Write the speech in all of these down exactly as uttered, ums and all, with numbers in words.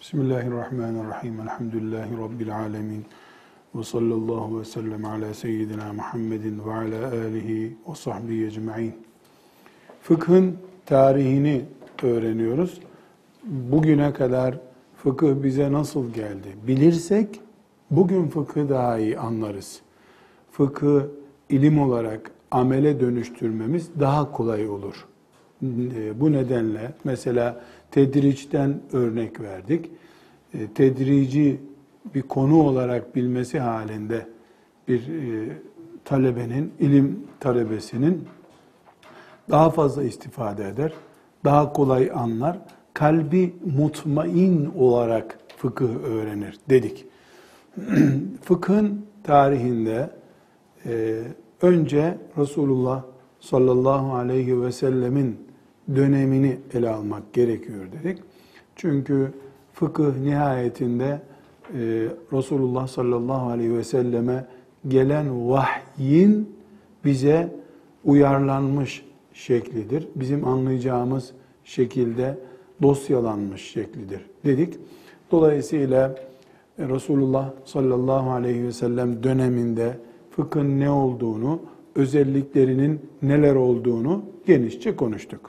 Bismillahirrahmanirrahim. Elhamdülillahi Rabbil alemin. Ve sallallahu ve sellem ala seyyidina Muhammedin ve ala alihi ve sahbihi ecma'in. Fıkhın tarihini öğreniyoruz. Bugüne kadar fıkıh bize nasıl geldi? Bilirsek bugün fıkhı daha iyi anlarız. Fıkhı ilim olarak amele dönüştürmemiz daha kolay olur. Bu nedenle mesela tedricden örnek verdik. Tedrici bir konu olarak bilmesi halinde bir talebenin, ilim talebesinin daha fazla istifade eder, daha kolay anlar, kalbi mutmain olarak fıkıh öğrenir dedik. Fıkhın tarihinde önce Resulullah sallallahu aleyhi ve sellemin dönemini ele almak gerekiyor dedik. Çünkü fıkıh nihayetinde e, Resulullah sallallahu aleyhi ve selleme gelen vahyin bize uyarlanmış şeklidir. Bizim anlayacağımız şekilde dosyalanmış şeklidir dedik. Dolayısıyla Resulullah sallallahu aleyhi ve sellem döneminde fıkhın ne olduğunu, özelliklerinin neler olduğunu genişçe konuştuk.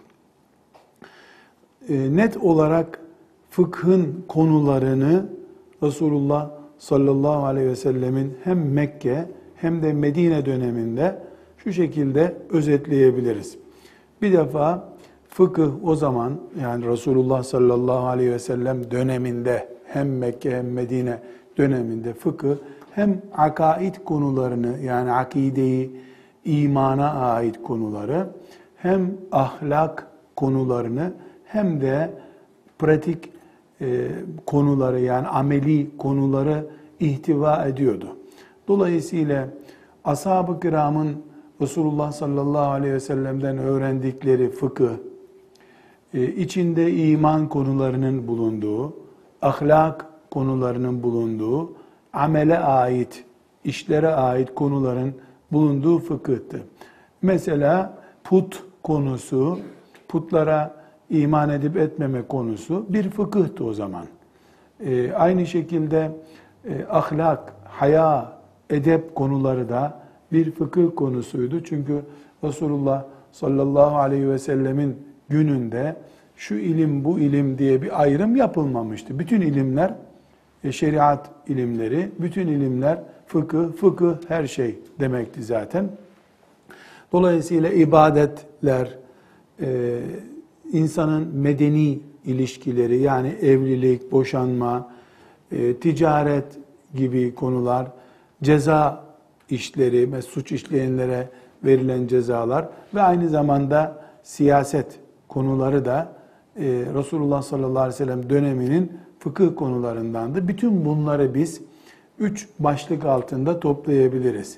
E, net olarak fıkhın konularını Resulullah sallallahu aleyhi ve sellemin hem Mekke hem de Medine döneminde şu şekilde özetleyebiliriz. Bir defa fıkıh o zaman, yani Resulullah sallallahu aleyhi ve sellem döneminde hem Mekke hem Medine döneminde fıkıh hem akaid konularını, yani akideyi, imana ait konuları, hem ahlak konularını hem de pratik e, konuları, yani ameli konuları ihtiva ediyordu. Dolayısıyla ashab-ı kiramın Resulullah sallallahu aleyhi ve sellem'den öğrendikleri fıkıh, e, içinde iman konularının bulunduğu, ahlak konularının bulunduğu, amele ait, işlere ait konuların bulunduğu fıkıhtı. Mesela put konusu, putlara iman edip etmeme konusu bir fıkıhtı o zaman. Ee, aynı şekilde e, ahlak, haya, edep konuları da bir fıkıh konusuydu. Çünkü Resulullah sallallahu aleyhi ve sellemin gününde şu ilim, bu ilim diye bir ayrım yapılmamıştı. Bütün ilimler, e, şeriat ilimleri, bütün ilimler fıkıh, fıkıh her şey demekti zaten. Dolayısıyla ibadetler, e, insanın medeni ilişkileri, yani evlilik, boşanma, e, ticaret gibi konular, ceza işleri ve suç işleyenlere verilen cezalar ve aynı zamanda siyaset konuları da e, Resulullah sallallahu aleyhi ve sellem döneminin fıkıh konularındandı. Bütün bunları biz üç başlık altında toplayabiliriz.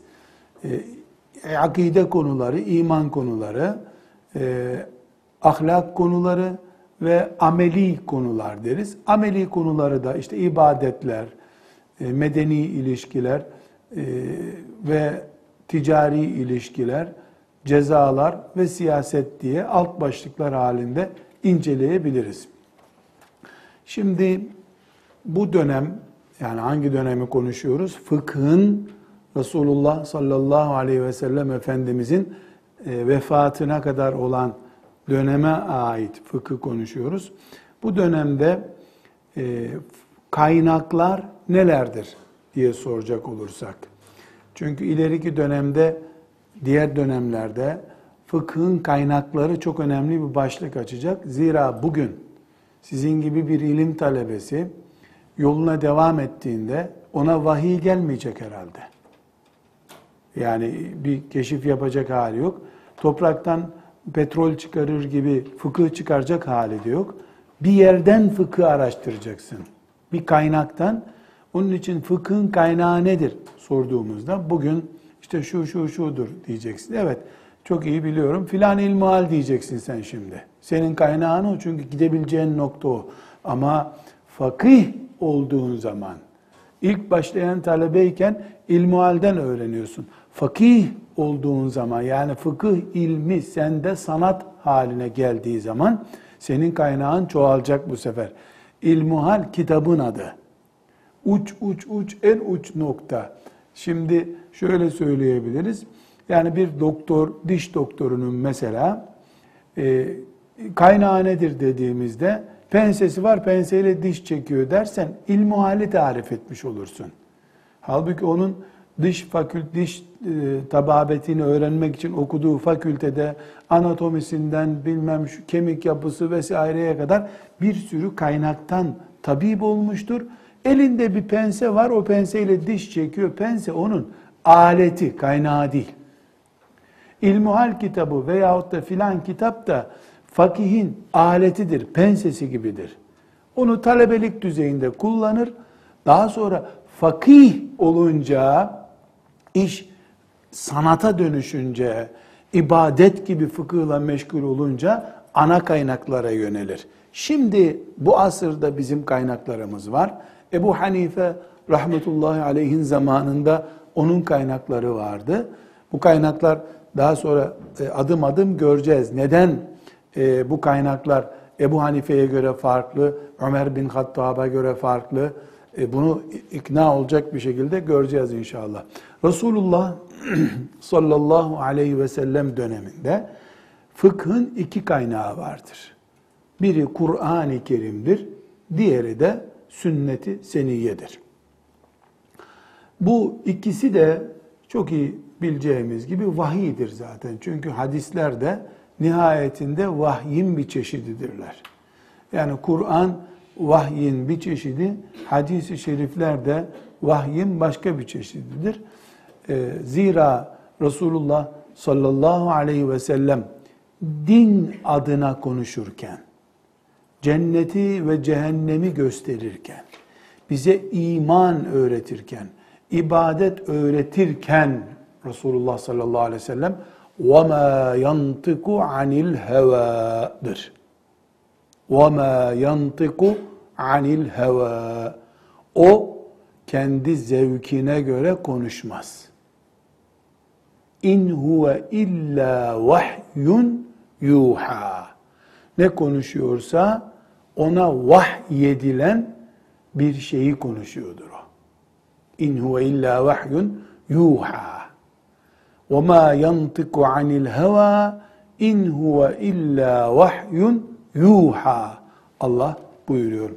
E, akide konuları, iman konuları, e, ahlak konuları ve ameli konular deriz. Ameli konuları da işte ibadetler, medeni ilişkiler ve ticari ilişkiler, cezalar ve siyaset diye alt başlıklar halinde inceleyebiliriz. Şimdi bu dönem, yani hangi dönemi konuşuyoruz? Fıkhın Resulullah sallallahu aleyhi ve sellem Efendimizin vefatına kadar olan döneme ait fıkıh konuşuyoruz. Bu dönemde e, kaynaklar nelerdir diye soracak olursak. Çünkü ileriki dönemde, diğer dönemlerde fıkhın kaynakları çok önemli bir başlık açacak. Zira bugün sizin gibi bir ilim talebesi yoluna devam ettiğinde ona vahiy gelmeyecek herhalde. Yani bir keşif yapacak hali yok. Topraktan petrol çıkarır gibi fıkıh çıkaracak hali de yok. Bir yerden fıkıh araştıracaksın. Bir kaynaktan. Onun için fıkhın kaynağı nedir sorduğumuzda bugün işte şu şu şudur diyeceksin. Evet, çok iyi biliyorum. Filan ilmuhal diyeceksin sen şimdi. Senin kaynağın o, çünkü gidebileceğin nokta o. Ama fakih olduğun zaman, ilk başlayan talebeyken ilmuhalden öğreniyorsun. Fakih olduğun zaman, yani fıkıh ilmi sende sanat haline geldiği zaman senin kaynağın çoğalacak bu sefer. İlmuhal kitabın adı. Uç uç uç en uç nokta. Şimdi şöyle söyleyebiliriz. Yani bir doktor, diş doktorunun mesela e, kaynağı nedir dediğimizde pensesi var, penseyle diş çekiyor dersen ilmuhali tarif etmiş olursun. Halbuki onun dış fakülte, diş e, tababetini öğrenmek için okuduğu fakültede anatomisinden bilmem şu kemik yapısı vesaireye kadar bir sürü kaynaktan tabip olmuştur. Elinde bir pense var, o penseyle diş çekiyor. Pense onun aleti, kaynağı değil. İlmuhal kitabı veyahut da filan kitap da fakihin aletidir, pensesi gibidir. Onu talebelik düzeyinde kullanır. Daha sonra fakih olunca, iş sanata dönüşünce, ibadet gibi fıkıhla meşgul olunca ana kaynaklara yönelir. Şimdi bu asırda bizim kaynaklarımız var. Ebu Hanife rahmetullahi aleyhin zamanında onun kaynakları vardı. Bu kaynaklar daha sonra adım adım göreceğiz. Neden bu kaynaklar Ebu Hanife'ye göre farklı, Ömer bin Hattab'a göre farklı? Bunu ikna olacak bir şekilde göreceğiz inşallah. Resulullah sallallahu aleyhi ve sellem döneminde fıkhın iki kaynağı vardır. Biri Kur'an-ı Kerim'dir, diğeri de sünnet-i seniyyedir. Bu ikisi de çok iyi bileceğimiz gibi vahiydir zaten. Çünkü hadisler de nihayetinde vahyin bir çeşididirler. Yani Kur'an vahyin bir çeşidi, hadis-i şerifler de vahyin başka bir çeşididir. Ee, zira Resulullah sallallahu aleyhi ve sellem din adına konuşurken, cenneti ve cehennemi gösterirken, bize iman öğretirken, ibadet öğretirken Resulullah sallallahu aleyhi ve sellem وَمَا يَنْطِقُ عَنِ الْهَوَا'dır. وَمَا يَنْطِقُ عَنِ الْهَوَاءِ O kendi zevkine göre konuşmaz. İn huve illa vahyun yuha. Ne konuşuyorsa ona vahyedilen bir şeyi konuşuyordur o. İn huve illa vahyun yuha. وَمَا يَنْطِقُ عَنِ الْهَوَى اِنْ هُوَ اِلَّا وَحْيٌ yuha. Allah buyuruyor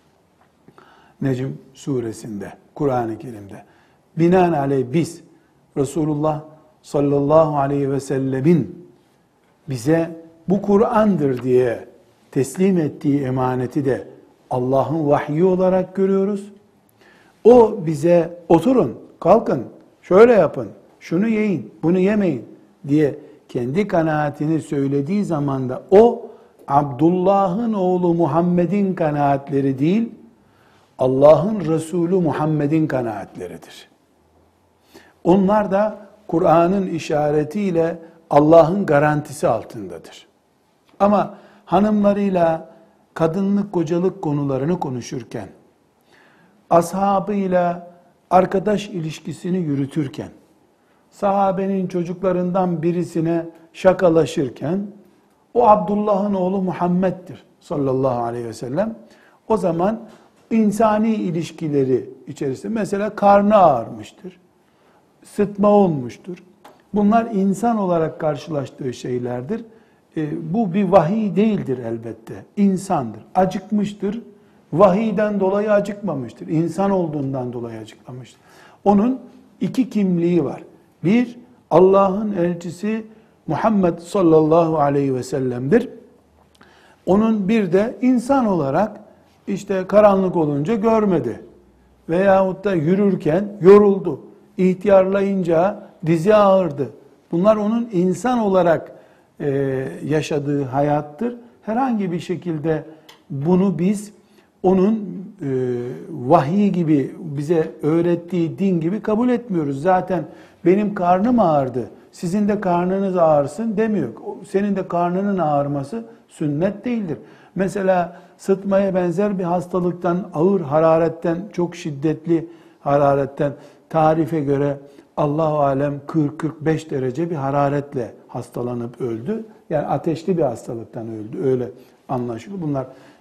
Necm suresinde, Kur'an-ı Kerim'de. Binaenaleyh biz Resulullah sallallahu aleyhi ve sellemin bize bu Kur'an'dır diye teslim ettiği emaneti de Allah'ın vahyi olarak görüyoruz. O bize oturun, kalkın, şöyle yapın, şunu yiyin, bunu yemeyin diye kendi kanaatini söylediği zaman da o Abdullah'ın oğlu Muhammed'in kanaatleri değil, Allah'ın Resulü Muhammed'in kanaatleridir. Onlar da Kur'an'ın işaretiyle Allah'ın garantisi altındadır. Ama hanımlarıyla kadınlık, kocalık konularını konuşurken, ashabıyla arkadaş ilişkisini yürütürken, sahabenin çocuklarından birisine şakalaşırken, o Abdullah'ın oğlu Muhammed'dir sallallahu aleyhi ve sellem. O zaman insani ilişkileri içerisinde mesela karnı ağrımıştır, sıtma olmuştur. Bunlar insan olarak karşılaştığı şeylerdir. E, bu bir vahiy değildir elbette. İnsandır. Acıkmıştır. Vahiyden dolayı acıkmamıştır. İnsan olduğundan dolayı acıkmamıştır. Onun iki kimliği var. Bir, Allah'ın elçisi Muhammed sallallahu aleyhi ve sellem'dir. Onun bir de insan olarak işte karanlık olunca görmedi. Veyahut da yürürken yoruldu. İhtiyarlayınca dizi ağrıdı. Bunlar onun insan olarak e, yaşadığı hayattır. Herhangi bir şekilde bunu biz onun e, vahiy gibi bize öğrettiği din gibi kabul etmiyoruz. Zaten benim karnım ağrıdı, sizin de karnınız ağrısın demiyor. Senin de karnının ağrıması sünnet değildir. Mesela sıtmaya benzer bir hastalıktan, ağır hararetten, çok şiddetli hararetten tarife göre Allah-u Alem kırk kırk beş derece bir hararetle hastalanıp öldü. Yani ateşli bir hastalıktan öldü. Öyle anlaşılıyor. Bunlar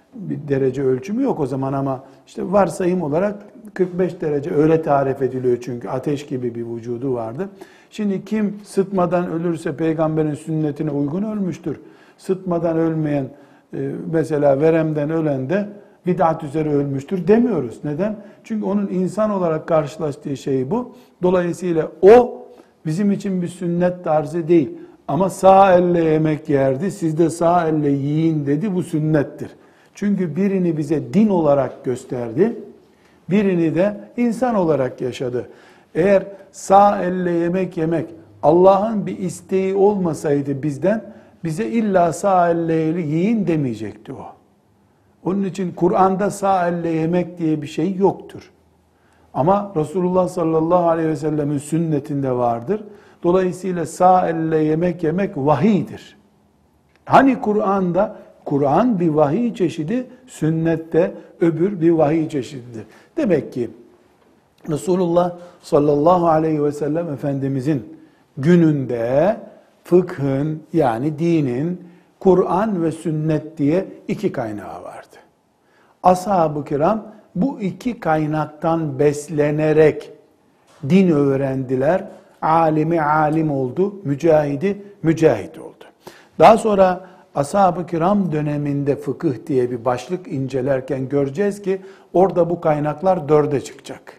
bir derece ölçümü yok o zaman ama işte varsayım olarak kırk beş derece öyle tarif ediliyor çünkü ateş gibi bir vücudu vardı. Şimdi kim sıtmadan ölürse peygamberin sünnetine uygun ölmüştür. Sıtmadan ölmeyen e, mesela veremden ölen de bid'at üzere ölmüştür demiyoruz. Neden? Çünkü onun insan olarak karşılaştığı şey bu. Dolayısıyla o bizim için bir sünnet tarzı değil. Ama sağ elle yemek yerdi, siz de sağ elle yiyin dedi, bu sünnettir. Çünkü birini bize din olarak gösterdi, birini de insan olarak yaşadı. Eğer sağ elle yemek yemek Allah'ın bir isteği olmasaydı bizden, bize illa sağ elle yiyin demeyecekti o. Onun için Kur'an'da sağ elle yemek diye bir şey yoktur. Ama Resulullah sallallahu aleyhi ve sellemin sünnetinde vardır. Dolayısıyla sağ elle yemek yemek vahiydir. Hani Kur'an'da, Kur'an bir vahiy çeşidi, sünnette öbür bir vahiy çeşididir. Demek ki Resulullah sallallahu aleyhi ve sellem Efendimizin gününde fıkhın yani dinin Kur'an ve sünnet diye iki kaynağı vardı. Ashab-ı kiram bu iki kaynaktan beslenerek din öğrendiler. Alimi alim oldu, mücahidi mücahit oldu. Daha sonra ashab-ı kiram döneminde fıkıh diye bir başlık incelerken göreceğiz ki orada bu kaynaklar dörde çıkacak.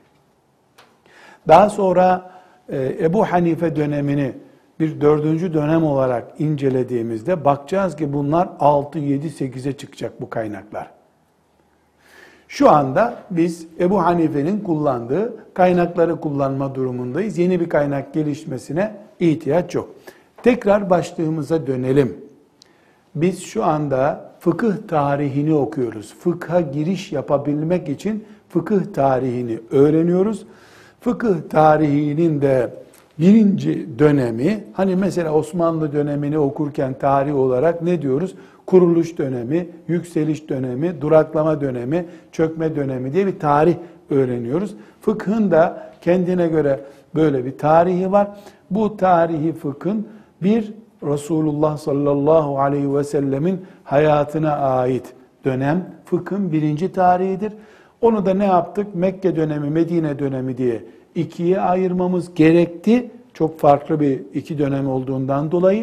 Daha sonra Ebu Hanife dönemini bir dördüncü dönem olarak incelediğimizde bakacağız ki bunlar altı, yedi, sekize çıkacak bu kaynaklar. Şu anda biz Ebu Hanife'nin kullandığı kaynakları kullanma durumundayız. Yeni bir kaynak gelişmesine ihtiyaç yok. Tekrar başlığımıza dönelim. Biz şu anda fıkıh tarihini okuyoruz. Fıkha giriş yapabilmek için fıkıh tarihini öğreniyoruz. Fıkıh tarihinin de birinci dönemi, hani mesela Osmanlı dönemini okurken tarih olarak ne diyoruz? Kuruluş dönemi, yükseliş dönemi, duraklama dönemi, çökme dönemi diye bir tarih öğreniyoruz. Fıkhın da kendine göre böyle bir tarihi var. Bu tarihi fıkhın bir Resulullah sallallahu aleyhi ve sellemin hayatına ait dönem fıkhın birinci tarihidir. Onu da ne yaptık? Mekke dönemi, Medine dönemi diye ikiye ayırmamız gerekti. Çok farklı bir iki dönem olduğundan dolayı.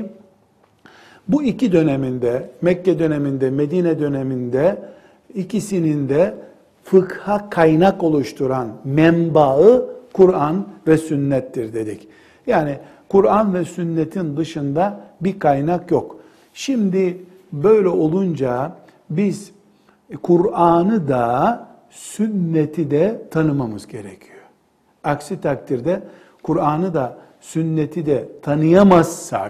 Bu iki döneminde, Mekke döneminde, Medine döneminde ikisinin de fıkha kaynak oluşturan menbaı Kur'an ve sünnettir dedik. Yani Kur'an ve sünnetin dışında bir kaynak yok. Şimdi böyle olunca biz Kur'an'ı da sünneti de tanımamız gerekiyor. Aksi takdirde Kur'an'ı da sünneti de tanıyamazsak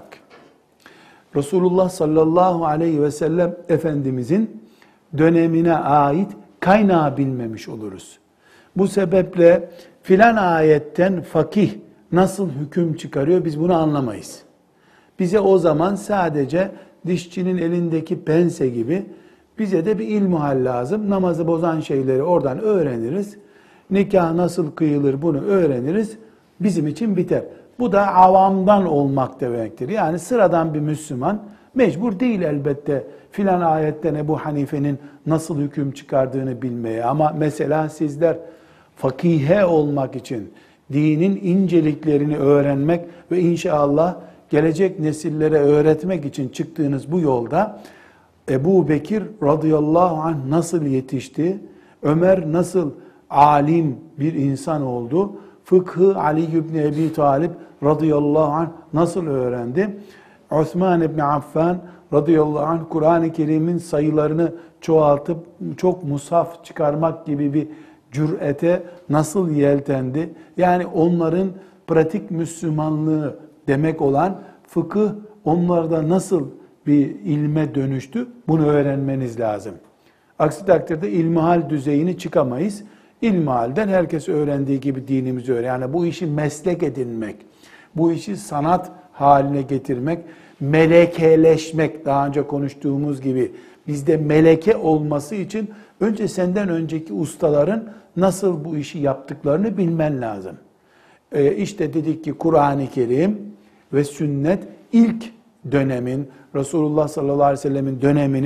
Resulullah sallallahu aleyhi ve sellem Efendimizin dönemine ait kaynağı bilmemiş oluruz. Bu sebeple filan ayetten fakih nasıl hüküm çıkarıyor biz bunu anlamayız. Bize o zaman sadece dişçinin elindeki pense gibi bize de bir ilmuhal lazım. Namazı bozan şeyleri oradan öğreniriz. Nikah nasıl kıyılır bunu öğreniriz. Bizim için biter. Bu da avamdan olmak demektir. Yani sıradan bir Müslüman mecbur değil elbette filan ayetten Ebu Hanife'nin nasıl hüküm çıkardığını bilmeye. Ama mesela sizler fakihe olmak için dinin inceliklerini öğrenmek ve inşallah gelecek nesillere öğretmek için çıktığınız bu yolda Ebu Bekir radıyallahu anh nasıl yetişti? Ömer nasıl alim bir insan oldu? Fıkhı Ali ibn Ebi Talib radıyallahu anh nasıl öğrendi? Osman ibn Affan radıyallahu anh Kur'an-ı Kerim'in sayılarını çoğaltıp çok mushaf çıkarmak gibi bir cürete nasıl yeltendi? Yani onların pratik Müslümanlığı demek olan fıkıh onlarda nasıl bir ilme dönüştü? Bunu öğrenmeniz lazım. Aksi takdirde ilmihal düzeyini çıkamayız. İlmihalden herkes öğrendiği gibi dinimizi öğren. Yani bu işi meslek edinmek, bu işi sanat haline getirmek, melekeleşmek, daha önce konuştuğumuz gibi bizde meleke olması için önce senden önceki ustaların nasıl bu işi yaptıklarını bilmen lazım. Ee, işte dedik ki Kur'an-ı Kerim ve sünnet ilk dönemin, Resulullah sallallahu aleyhi ve sellemin döneminin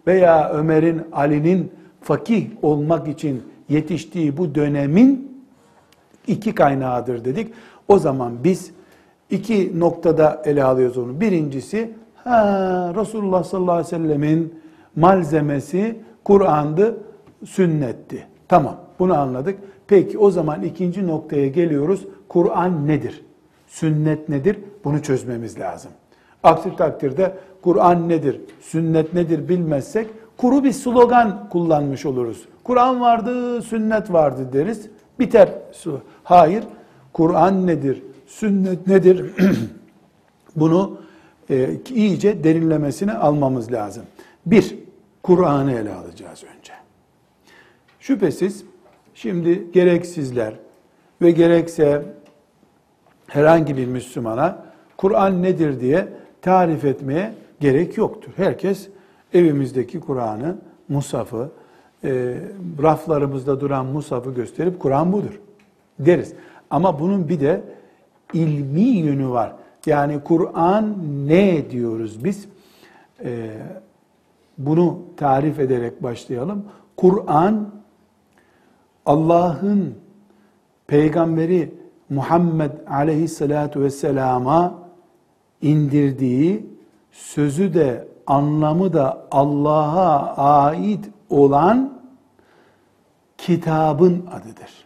veya Ömer'in, Ali'nin fakih olmak için yetiştiği bu dönemin iki kaynağıdır dedik. O zaman biz iki noktada ele alıyoruz onu. Birincisi, ha, Resulullah sallallahu aleyhi ve sellemin malzemesi Kur'an'dı, sünnetti. Tamam, bunu anladık. Peki o zaman ikinci noktaya geliyoruz. Kur'an nedir? Sünnet nedir? Bunu çözmemiz lazım. Aksi takdirde Kur'an nedir, sünnet nedir bilmezsek kuru bir slogan kullanmış oluruz. Kur'an vardı, sünnet vardı deriz. Biter. Hayır. Kur'an nedir, sünnet nedir? Bunu e, iyice derinlemesine almamız lazım. Bir, Kur'an'ı ele alacağız önce. Şüphesiz şimdi gerek sizler ve gerekse herhangi bir Müslümana Kur'an nedir diye tarif etmeye gerek yoktur. Herkes evimizdeki Kur'an'ı, mushafı, e, raflarımızda duran mushafı gösterip Kur'an budur deriz. Ama bunun bir de ilmi yönü var. Yani Kur'an ne diyoruz biz? E, bunu tarif ederek başlayalım. Kur'an, Allah'ın Peygamberi Muhammed aleyhissalatu vesselama indirdiği, sözü de anlamı da Allah'a ait olan kitabın adıdır.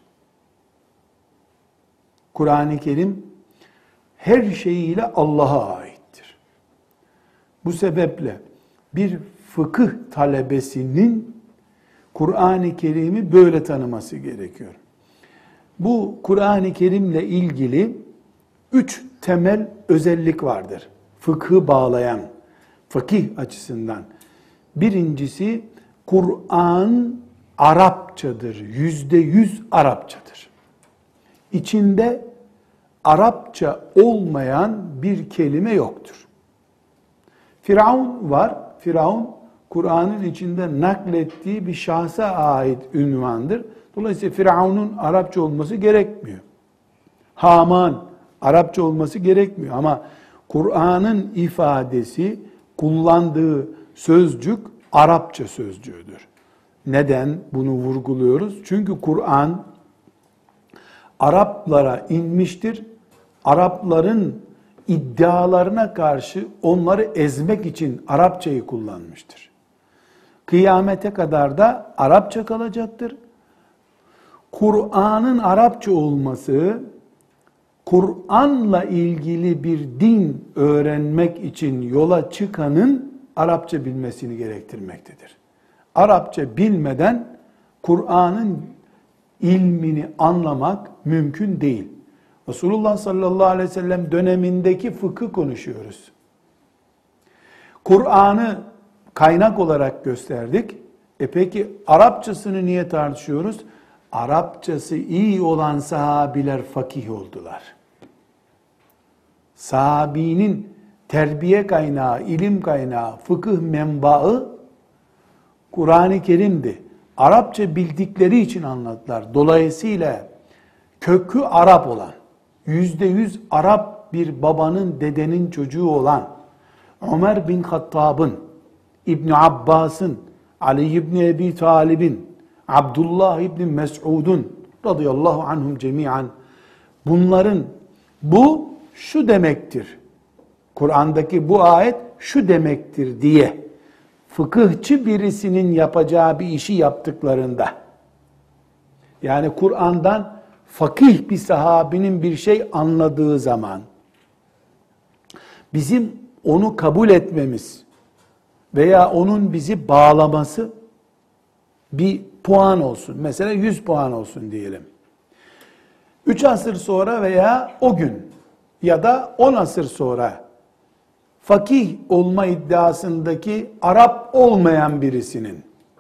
Kur'an-ı Kerim her şeyiyle Allah'a aittir. Bu sebeple bir fıkıh talebesinin Kur'an-ı Kerim'i böyle tanıması gerekiyor. Bu Kur'an-ı Kerim'le ilgili üç temel özellik vardır. Fıkhı bağlayan, fakih açısından. Birincisi, Kur'an Arapçadır. Yüzde yüz Arapçadır. İçinde Arapça olmayan bir kelime yoktur. Firavun var. Firavun, Kur'an'ın içinde naklettiği bir şahsa ait ünvandır. Dolayısıyla Firavun'un Arapça olması gerekmiyor. Haman, Arapça olması gerekmiyor. Ama Kur'an'ın ifadesi, kullandığı sözcük Arapça sözcüğüdür. Neden bunu vurguluyoruz? Çünkü Kur'an Araplara inmiştir. Arapların iddialarına karşı onları ezmek için Arapçayı kullanmıştır. Kıyamete kadar da Arapça kalacaktır. Kur'an'ın Arapça olması, Kur'an'la ilgili bir din öğrenmek için yola çıkanın Arapça bilmesini gerektirmektedir. Arapça bilmeden Kur'an'ın ilmini anlamak mümkün değil. Resulullah sallallahu aleyhi ve sellem dönemindeki fıkhı konuşuyoruz. Kur'an'ı kaynak olarak gösterdik. E peki Arapçasını niye tartışıyoruz? Arapçası iyi olan sahabiler fakih oldular. Sahabinin terbiye kaynağı, ilim kaynağı, fıkıh menbaı Kur'an-ı Kerim'di. Arapça bildikleri için anlattılar. Dolayısıyla kökü Arap olan, yüzde yüz Arap bir babanın, dedenin çocuğu olan Ömer bin Hattab'ın, İbn Abbas'ın, Ali ibn Ebi Talib'in, Abdullah ibn Mes'ud'un radıyallahu anhum cemiyan, bunların bu şu demektir, Kur'an'daki bu ayet şu demektir diye fıkıhçı birisinin yapacağı bir işi yaptıklarında, yani Kur'an'dan fakih bir sahabinin bir şey anladığı zaman bizim onu kabul etmemiz veya onun bizi bağlaması bir puan olsun. Mesela yüz puan olsun diyelim. Üç asır sonra veya o gün ya da on asır sonra fakih olma iddiasındaki Arap olmayan birisinin,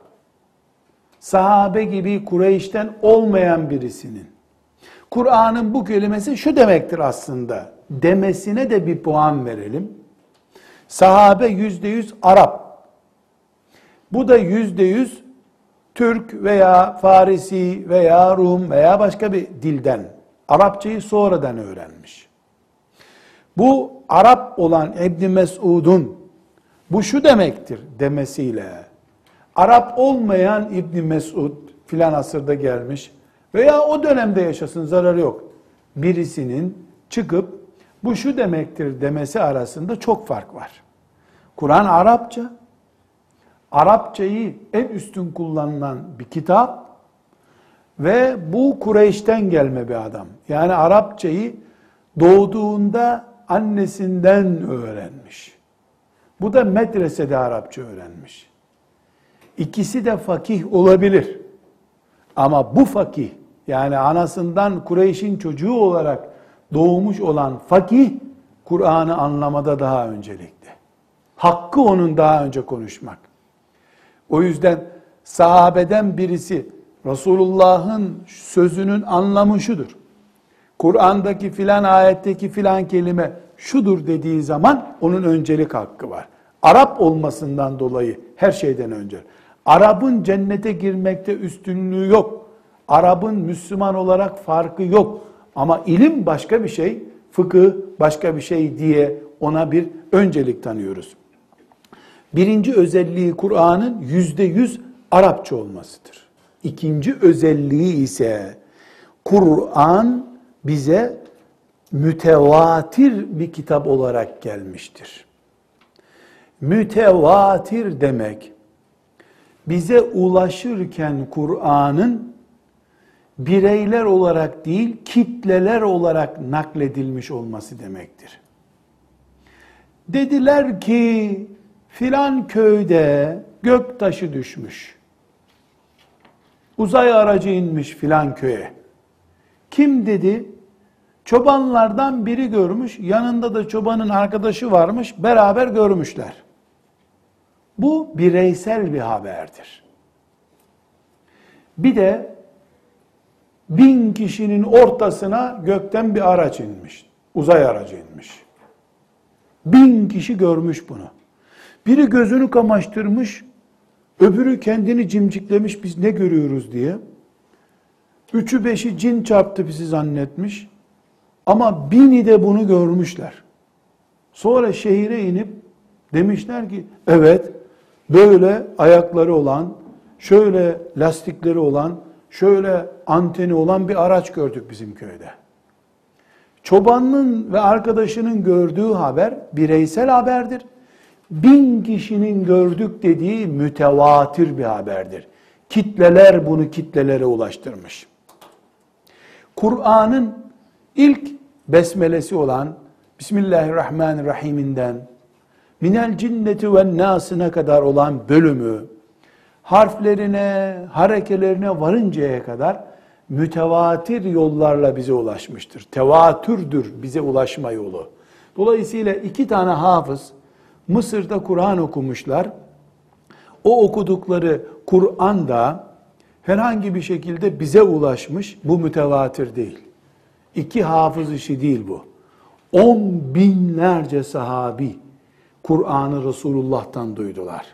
sahabe gibi Kureyş'ten olmayan birisinin, Kur'an'ın bu kelimesi şu demektir aslında demesine de bir puan verelim. Sahabe yüzde yüz Arap. Bu da yüzde yüz Türk veya Farisi veya Rum veya başka bir dilden, Arapçayı sonradan öğrenmiş. Bu Arap olan İbn Mes'ud'un bu şu demektir demesiyle Arap olmayan İbn Mesud filan asırda gelmiş veya o dönemde yaşasın, zararı yok. Birisinin çıkıp bu şu demektir demesi arasında çok fark var. Kur'an Arapça, Arapçayı en üstün kullanılan bir kitap ve bu Kureyş'ten gelme bir adam. Yani Arapçayı doğduğunda annesinden öğrenmiş. Bu da medresede Arapça öğrenmiş. İkisi de fakih olabilir. Ama bu fakih, yani anasından Kureyş'in çocuğu olarak doğmuş olan fakih, Kur'an'ı anlamada daha öncelikli. Hakkı onun daha önce konuşmak. O yüzden sahabeden birisi Resulullah'ın sözünün anlamı şudur. Kur'an'daki filan ayetteki filan kelime şudur dediği zaman onun öncelik hakkı var. Arap olmasından dolayı her şeyden önce. Arap'ın cennete girmekte üstünlüğü yok. Arap'ın Müslüman olarak farkı yok. Ama ilim başka bir şey, fıkıh başka bir şey diye ona bir öncelik tanıyoruz. Birinci özelliği Kur'an'ın yüzde yüz Arapça olmasıdır. İkinci özelliği ise Kur'an bize mütevatir bir kitap olarak gelmiştir. Mütevatir demek, bize ulaşırken Kur'an'ın bireyler olarak değil, kitleler olarak nakledilmiş olması demektir. Dediler ki, filan köyde gök taşı düşmüş. Uzay aracı inmiş filan köye. Kim dedi? Çobanlardan biri görmüş, yanında da çobanın arkadaşı varmış, beraber görmüşler. Bu bireysel bir haberdir. Bir de bin kişinin ortasına gökten bir araç inmiş, uzay aracı inmiş. Bin kişi görmüş bunu. Biri gözünü kamaştırmış, öbürü kendini cimciklemiş, biz ne görüyoruz diye. Üçü beşi cin çarptı bizi zannetmiş. Ama bini de bunu görmüşler. Sonra şehire inip demişler ki, evet böyle ayakları olan, şöyle lastikleri olan, şöyle anteni olan bir araç gördük bizim köyde. Çobanın ve arkadaşının gördüğü haber bireysel haberdir. Bin kişinin gördük dediği mütevatir bir haberdir. Kitleler bunu kitlelere ulaştırmış. Kur'an'ın ilk besmelesi olan Bismillahirrahmanirrahim'inden minel cinneti ve nasına kadar olan bölümü harflerine, harekelerine varıncaya kadar mütevatir yollarla bize ulaşmıştır. Tevatürdür bize ulaşma yolu. Dolayısıyla iki tane hafız Mısır'da Kur'an okumuşlar. O okudukları Kur'an'da herhangi bir şekilde bize ulaşmış. Bu mütevatir değil. İki hafız işi değil bu. On binlerce sahabi Kur'an'ı Resulullah'tan duydular.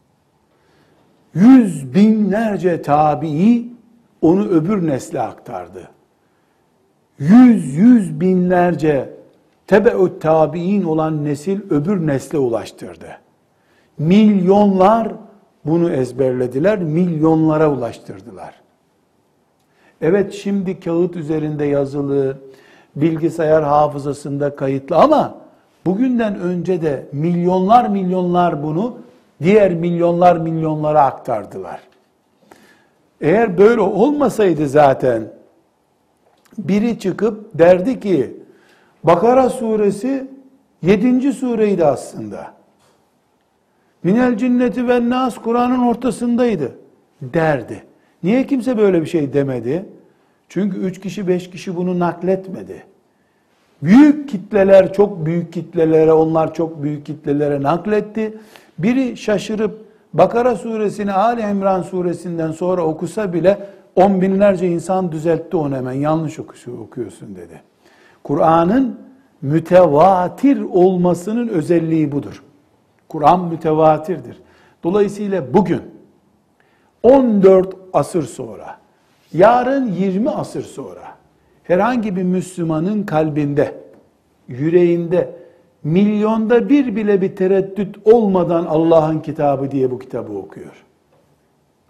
Yüz binlerce tabii onu öbür nesle aktardı. Yüz yüz binlerce tebe'ut tabi'in olan nesil öbür nesle ulaştırdı. Milyonlar bunu ezberlediler, milyonlara ulaştırdılar. Evet, şimdi kağıt üzerinde yazılı, bilgisayar hafızasında kayıtlı ama bugünden önce de milyonlar milyonlar bunu diğer milyonlar milyonlara aktardılar. Eğer böyle olmasaydı zaten biri çıkıp derdi ki Bakara suresi yedinci sureydi aslında. Minel cinneti ve nas Kur'an'ın ortasındaydı derdi. Niye kimse böyle bir şey demedi? Çünkü üç kişi beş kişi bunu nakletmedi. Büyük kitleler çok büyük kitlelere, onlar çok büyük kitlelere nakletti. Biri şaşırıp Bakara suresini Ali İmran suresinden sonra okusa bile on binlerce insan düzeltti onu, hemen yanlış okuyorsun dedi. Kur'an'ın mütevatir olmasının özelliği budur. Kur'an mütevatirdir. Dolayısıyla bugün on dört asır sonra, yarın yirmi asır sonra herhangi bir Müslümanın kalbinde, yüreğinde milyonda bir bile bir tereddüt olmadan Allah'ın kitabı diye bu kitabı okuyor.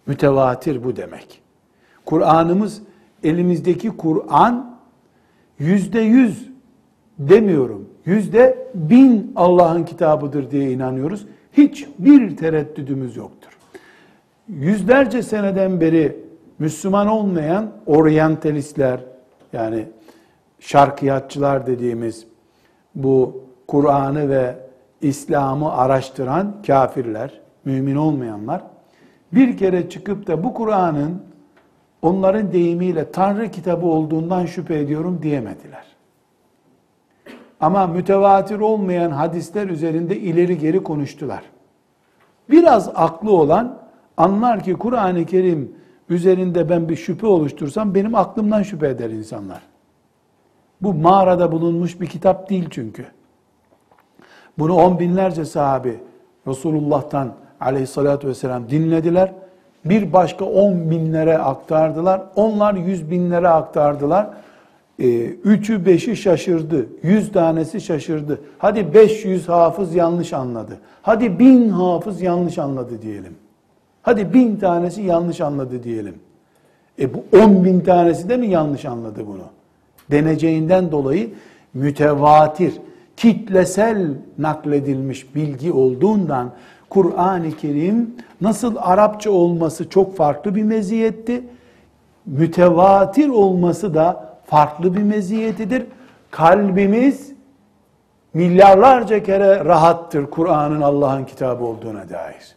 Mütevatir bu demek. Kur'an'ımız, elimizdeki Kur'an yüzde yüz demiyorum, yüzde bin Allah'ın kitabıdır diye inanıyoruz. Hiçbir tereddüdümüz yoktur. Yüzlerce seneden beri Müslüman olmayan oryantalistler, yani şarkiyatçılar dediğimiz bu Kur'an'ı ve İslam'ı araştıran kafirler, mümin olmayanlar, bir kere çıkıp da bu Kur'an'ın onların deyimiyle Tanrı kitabı olduğundan şüphe ediyorum diyemediler. Ama mütevatir olmayan hadisler üzerinde ileri geri konuştular. Biraz aklı olan anlar ki Kur'an-ı Kerim üzerinde ben bir şüphe oluştursam benim aklımdan şüphe eder insanlar. Bu mağarada bulunmuş bir kitap değil çünkü. Bunu on binlerce sahabi Resulullah'tan aleyhissalatü vesselam dinlediler. Bir başka on binlere aktardılar. Onlar yüz binlere aktardılar. Ee, üçü beşi şaşırdı. Yüz tanesi şaşırdı. Hadi beş yüz hafız yanlış anladı. Hadi bin hafız yanlış anladı diyelim. Hadi bin tanesi yanlış anladı diyelim. E bu on bin tanesi de mi yanlış anladı bunu? Deneceğinden dolayı mütevatir, kitlesel nakledilmiş bilgi olduğundan Kur'an-ı Kerim nasıl Arapça olması çok farklı bir meziyetti, mütevatir olması da farklı bir meziyetidir. Kalbimiz milyarlarca kere rahattır Kur'an'ın Allah'ın kitabı olduğuna dair.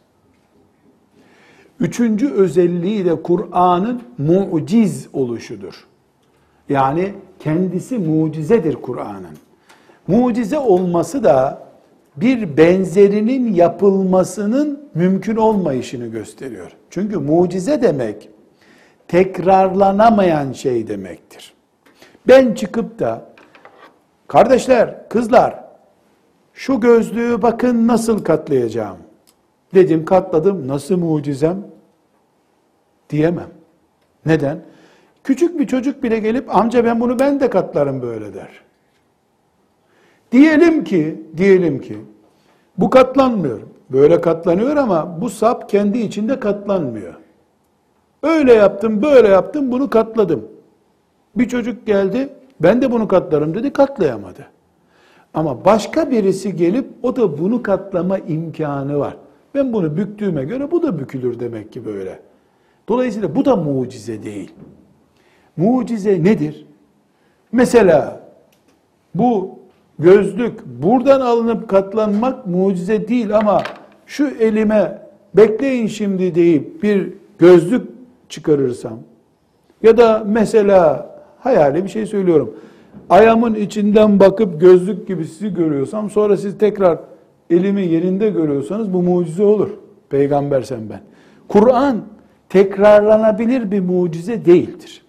Üçüncü özelliği de Kur'an'ın muciz oluşudur. Yani kendisi mucizedir Kur'an'ın. Mucize olması da bir benzerinin yapılmasının mümkün olmayışını gösteriyor. Çünkü mucize demek tekrarlanamayan şey demektir. Ben çıkıp da kardeşler, kızlar şu gözlüğü bakın nasıl katlayacağım dedim, katladım, nasıl mucizem diyemem. Neden? Küçük bir çocuk bile gelip amca ben bunu ben de katlarım böyle der. Diyelim ki, diyelim ki bu katlanmıyor. Böyle katlanıyor ama bu sap kendi içinde katlanmıyor. Öyle yaptım, böyle yaptım, bunu katladım. Bir çocuk geldi, ben de bunu katlarım dedi, katlayamadı. Ama başka birisi gelip o da bunu katlama imkanı var. Ben bunu büktüğüme göre bu da bükülür demek ki böyle. Dolayısıyla bu da mucize değil. Mucize nedir? Mesela bu gözlük buradan alınıp katlanmak mucize değil ama şu elime bekleyin şimdi deyip bir gözlük çıkarırsam ya da mesela hayali bir şey söylüyorum. Ayağımın içinden bakıp gözlük gibi sizi görüyorsam sonra siz tekrar elimi yerinde görüyorsanız bu mucize olur. Peygambersem ben. Kur'an tekrarlanabilir bir mucize değildir.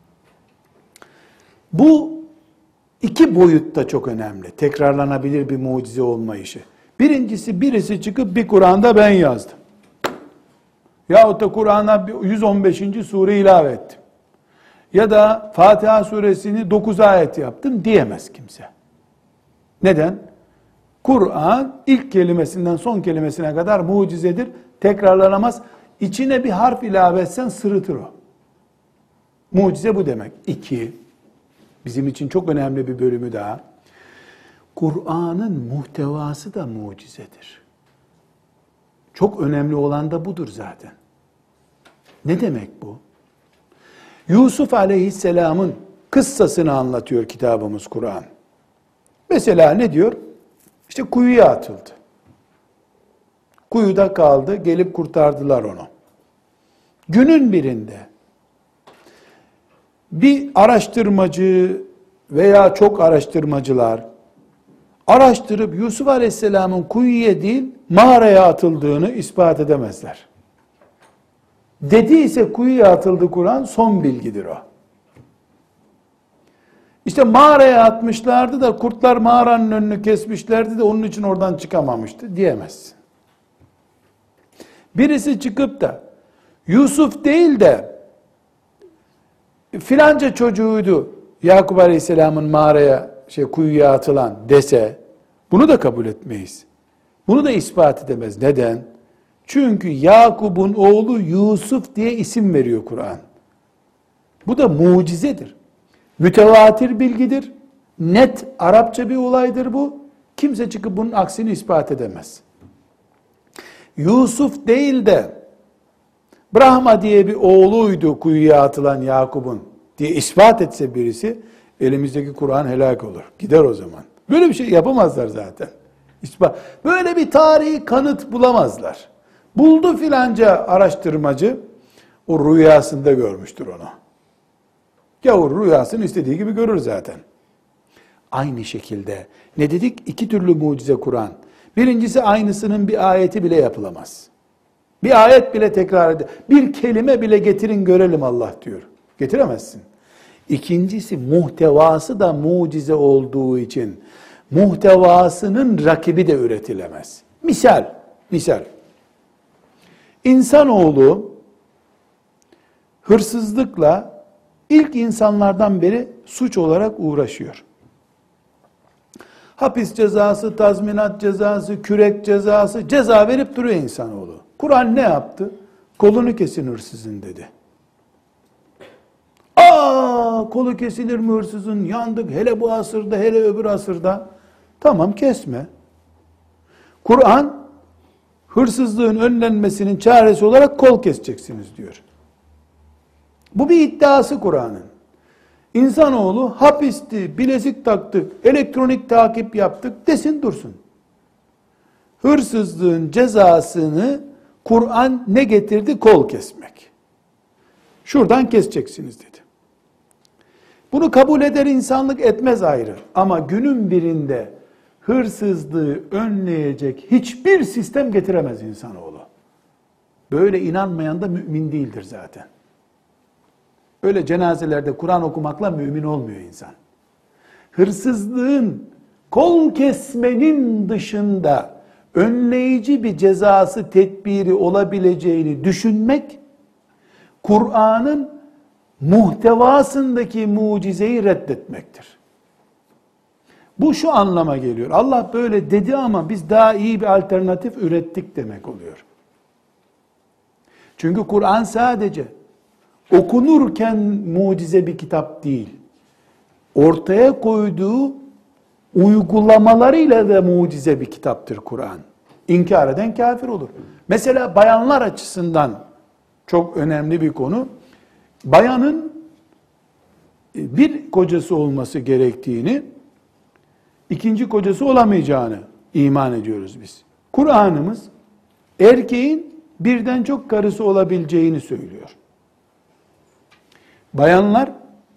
Bu iki boyutta çok önemli. Tekrarlanabilir bir mucize olma işi. Birincisi birisi çıkıp bir Kur'an'da ben yazdım. Yahut da Kur'an'a yüz on beşinci sure ilave ettim. Ya da Fatiha suresini dokuz ayet yaptım diyemez kimse. Neden? Kur'an ilk kelimesinden son kelimesine kadar mucizedir. Tekrarlanamaz. İçine bir harf ilave etsen sırıtır o. Mucize bu demek. İki, bizim için çok önemli bir bölümü daha. Kur'an'ın muhtevası da mucizedir. Çok önemli olan da budur zaten. Ne demek bu? Yusuf Aleyhisselam'ın kıssasını anlatıyor kitabımız Kur'an. Mesela ne diyor? İşte kuyuya atıldı. Kuyuda kaldı, gelip kurtardılar onu. Günün birinde bir araştırmacı veya çok araştırmacılar araştırıp Yusuf Aleyhisselam'ın kuyuya değil mağaraya atıldığını ispat edemezler. Dediyse kuyuya atıldı Kur'an son bilgidir o. İşte mağaraya atmışlardı da kurtlar mağaranın önünü kesmişlerdi de onun için oradan çıkamamıştı diyemezsin. Birisi çıkıp da Yusuf değil de filanca çocuğuydu Yakup Aleyhisselam'ın mağaraya şey kuyuya atılan dese bunu da kabul etmeyiz. Bunu da ispat edemez. Neden? Çünkü Yakup'un oğlu Yusuf diye isim veriyor Kur'an. Bu da mucizedir. Mütevatir bilgidir. Net Arapça bir olaydır bu. Kimse çıkıp bunun aksini ispat edemez. Yusuf değil de Brahma diye bir oğluydu kuyuya atılan Yakup'un diye ispat etse birisi, elimizdeki Kur'an helak olur. Gider o zaman. Böyle bir şey yapamazlar zaten. İspat. Böyle bir tarihi kanıt bulamazlar. Buldu filanca araştırmacı, o rüyasında görmüştür onu. Gavur rüyasını istediği gibi görür zaten. Aynı şekilde ne dedik? İki türlü mucize Kur'an. Birincisi aynısının bir ayeti bile yapılamaz. Bir ayet bile tekrar eder. Bir kelime bile getirin görelim Allah diyor. Getiremezsin. İkincisi muhtevası da mucize olduğu için muhtevasının rakibi de üretilemez. Misal, misal. İnsanoğlu hırsızlıkla ilk insanlardan beri suç olarak uğraşıyor. Hapis cezası, tazminat cezası, kürek cezası, ceza verip duruyor insanoğlu. Kur'an ne yaptı? Kolunu kesin hırsızın dedi. Aa, kolu kesilir mi hırsızın? Yandık hele bu asırda, hele öbür asırda. Tamam, kesme. Kur'an hırsızlığın önlenmesinin çaresi olarak kol keseceksiniz diyor. Bu bir iddiası Kur'an'ın. İnsanoğlu hapisti, bilezik taktık, elektronik takip yaptık desin dursun. Hırsızlığın cezasını Kur'an ne getirdi? Kol kesmek. Şuradan keseceksiniz dedi. Bunu kabul eder insanlık, etmez ayrı. Ama günün birinde hırsızlığı önleyecek hiçbir sistem getiremez insanoğlu. Böyle inanmayan da mümin değildir zaten. Öyle cenazelerde Kur'an okumakla mümin olmuyor insan. Hırsızlığın, kol kesmenin dışında önleyici bir cezası, tedbiri olabileceğini düşünmek, Kur'an'ın muhtevasındaki mucizeyi reddetmektir. Bu şu anlama geliyor. Allah böyle dedi ama biz daha iyi bir alternatif ürettik demek oluyor. Çünkü Kur'an sadece okunurken mucize bir kitap değil. Ortaya koyduğu uygulamalarıyla da mucize bir kitaptır Kur'an. İnkar eden kafir olur. Mesela bayanlar açısından çok önemli bir konu. Bayanın bir kocası olması gerektiğini, ikinci kocası olamayacağını iman ediyoruz biz. Kur'an'ımız erkeğin birden çok karısı olabileceğini söylüyor. Bayanlar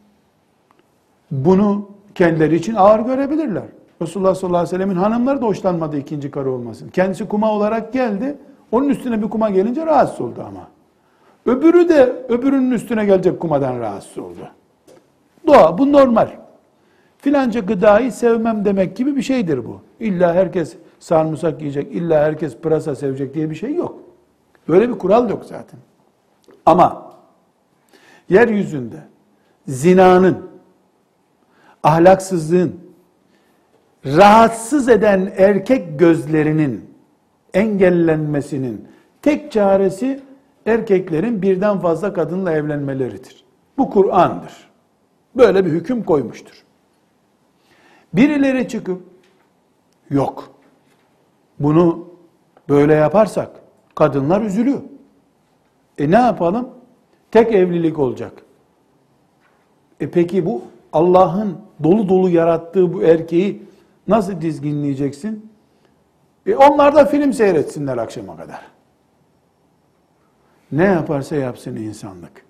bunu kendileri için ağır görebilirler. Resulullah sallallahu aleyhi ve sellemin hanımları da hoşlanmadı ikinci karı olmasın. Kendisi kuma olarak geldi. Onun üstüne bir kuma gelince rahatsız oldu ama. Öbürü de öbürünün üstüne gelecek kumadan rahatsız oldu. Doğa, bu normal. Filanca gıdayı sevmem demek gibi bir şeydir bu. İlla herkes sarımsak yiyecek, illa herkes pırasa sevecek diye bir şey yok. Böyle bir kural yok zaten. Ama yeryüzünde zinanın, ahlaksızlığın, rahatsız eden erkek gözlerinin engellenmesinin tek çaresi erkeklerin birden fazla kadınla evlenmeleridir. Bu Kur'an'dır. Böyle bir hüküm koymuştur. Birileri çıkıp yok, bunu böyle yaparsak kadınlar üzülüyor. E ne yapalım? Tek evlilik olacak. E peki bu Allah'ın dolu dolu yarattığı bu erkeği nasıl dizginleyeceksin? E onlar da film seyretsinler akşama kadar. Ne yaparsa yapsın insanlık.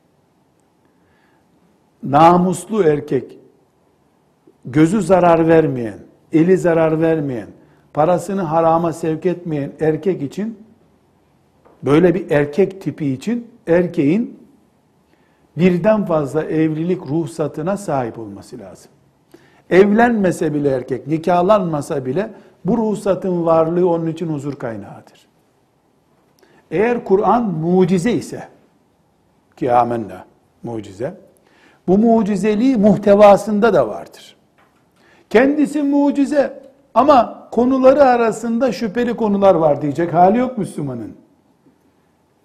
Namuslu erkek, gözü zarar vermeyen, eli zarar vermeyen, parasını harama sevk etmeyen erkek için, böyle bir erkek tipi için erkeğin birden fazla evlilik ruhsatına sahip olması lazım. Evlenmese bile erkek, nikahlanmasa bile bu ruhsatın varlığı onun için huzur kaynağıdır. Eğer Kur'an mucize ise, ki amenna mucize, bu mucizeliği muhtevasında da vardır. Kendisi mucize ama konuları arasında şüpheli konular var diyecek hali yok Müslümanın.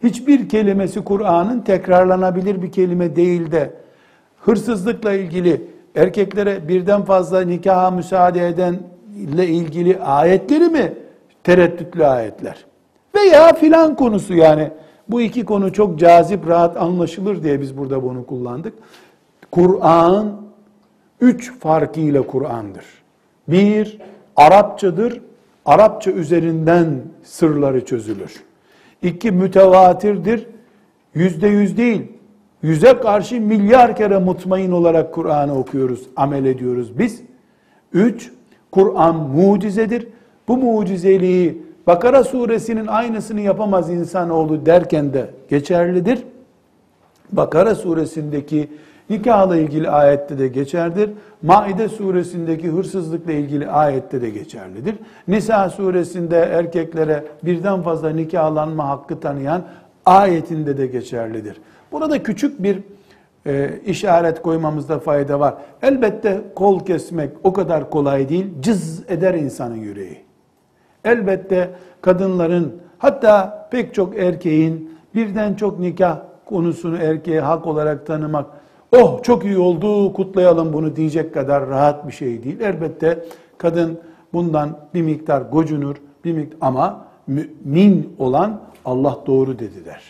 hiçbir kelimesi Kur'an'ın tekrarlanabilir bir kelime değil de hırsızlıkla ilgili erkeklere birden fazla nikaha müsaade edenle ilgili ayetleri mi tereddütlü ayetler? Veya filan konusu, yani bu iki konu çok cazip, rahat anlaşılır diye biz burada bunu kullandık. Kur'an üç farkıyla Kur'an'dır. Bir, Arapçadır. Arapça üzerinden sırları çözülür. İki, mütevatirdir. Yüzde yüz değil, yüze karşı milyar kere mutmain olarak Kur'an'ı okuyoruz, amel ediyoruz biz. Üç, Kur'an mucizedir. Bu mucizeliği Bakara suresinin aynısını yapamaz insanoğlu derken de geçerlidir. Bakara suresindeki nikahla ilgili ayette de geçerlidir. Maide suresindeki hırsızlıkla ilgili ayette de geçerlidir. Nisa suresinde erkeklere birden fazla nikahlanma hakkı tanıyan ayetinde de geçerlidir. Burada küçük bir e, işaret koymamızda fayda var. Elbette kol kesmek o kadar kolay değil. Cız eder insanın yüreği. Elbette kadınların, hatta pek çok erkeğin birden çok nikah konusunu erkeğe hak olarak tanımak, oh çok iyi oldu, kutlayalım bunu diyecek kadar rahat bir şey değil. Elbette kadın bundan bir miktar gocunur, bir miktar, ama mümin olan Allah doğru dedi der.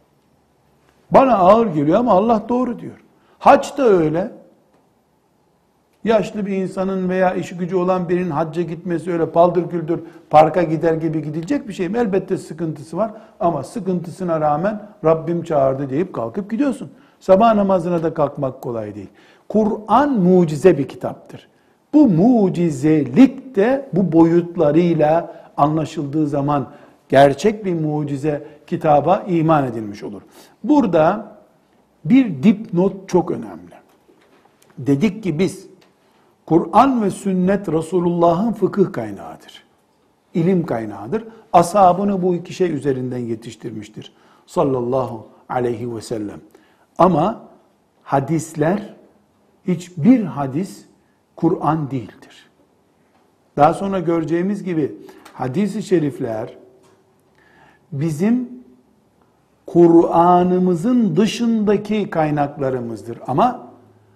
Bana ağır geliyor ama Allah doğru diyor. Hac da öyle. Yaşlı bir insanın veya işi gücü olan birinin hacca gitmesi öyle paldır küldür parka gider gibi gidilecek bir şey mi? Elbette sıkıntısı var ama sıkıntısına rağmen Rabbim çağırdı deyip kalkıp gidiyorsun. Sabah namazına da kalkmak kolay değil. Kur'an mucize bir kitaptır. Bu mucizelik de bu boyutlarıyla anlaşıldığı zaman gerçek bir mucize kitaba iman edilmiş olur. Burada bir dipnot çok önemli. Dedik ki biz Kur'an ve sünnet Resulullah'ın fıkıh kaynağıdır. İlim kaynağıdır. Ashabını bu iki şey üzerinden yetiştirmiştir. Sallallahu aleyhi ve sellem. Ama hadisler, hiçbir hadis Kur'an değildir. Daha sonra göreceğimiz gibi hadis-i şerifler bizim Kur'an'ımızın dışındaki kaynaklarımızdır. Ama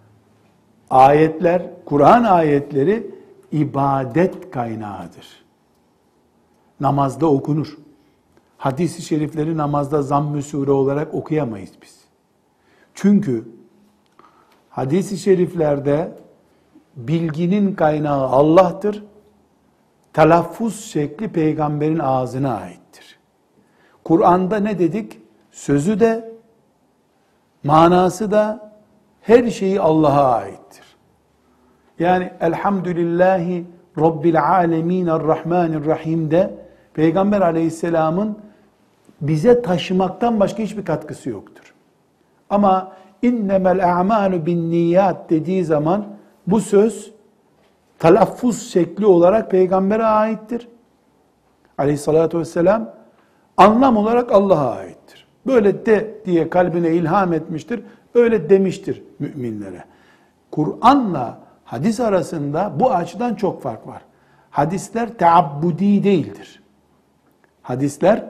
ayetler, Kur'an ayetleri ibadet kaynağıdır. Namazda okunur. Hadis-i şerifleri namazda zamm-ı sure olarak okuyamayız biz. Çünkü hadis-i şeriflerde bilginin kaynağı Allah'tır. Telaffuz şekli peygamberin ağzına aittir. Kur'an'da ne dedik? Sözü de, manası da, her şeyi Allah'a aittir. Yani elhamdülillahi Rabbil alemin er-Rahmanir-Rahim'de Peygamber aleyhisselamın bize taşımaktan başka hiçbir katkısı yoktur. Ama innemel a'malu bin niyat dediği zaman bu söz telaffuz şekli olarak Peygamber'e aittir. Aleyhissalatü vesselam anlam olarak Allah'a aittir. Böyle de diye kalbine ilham etmiştir. Öyle demiştir müminlere. Kur'an'la hadis arasında bu açıdan çok fark var. Hadisler teabbudi değildir. Hadisler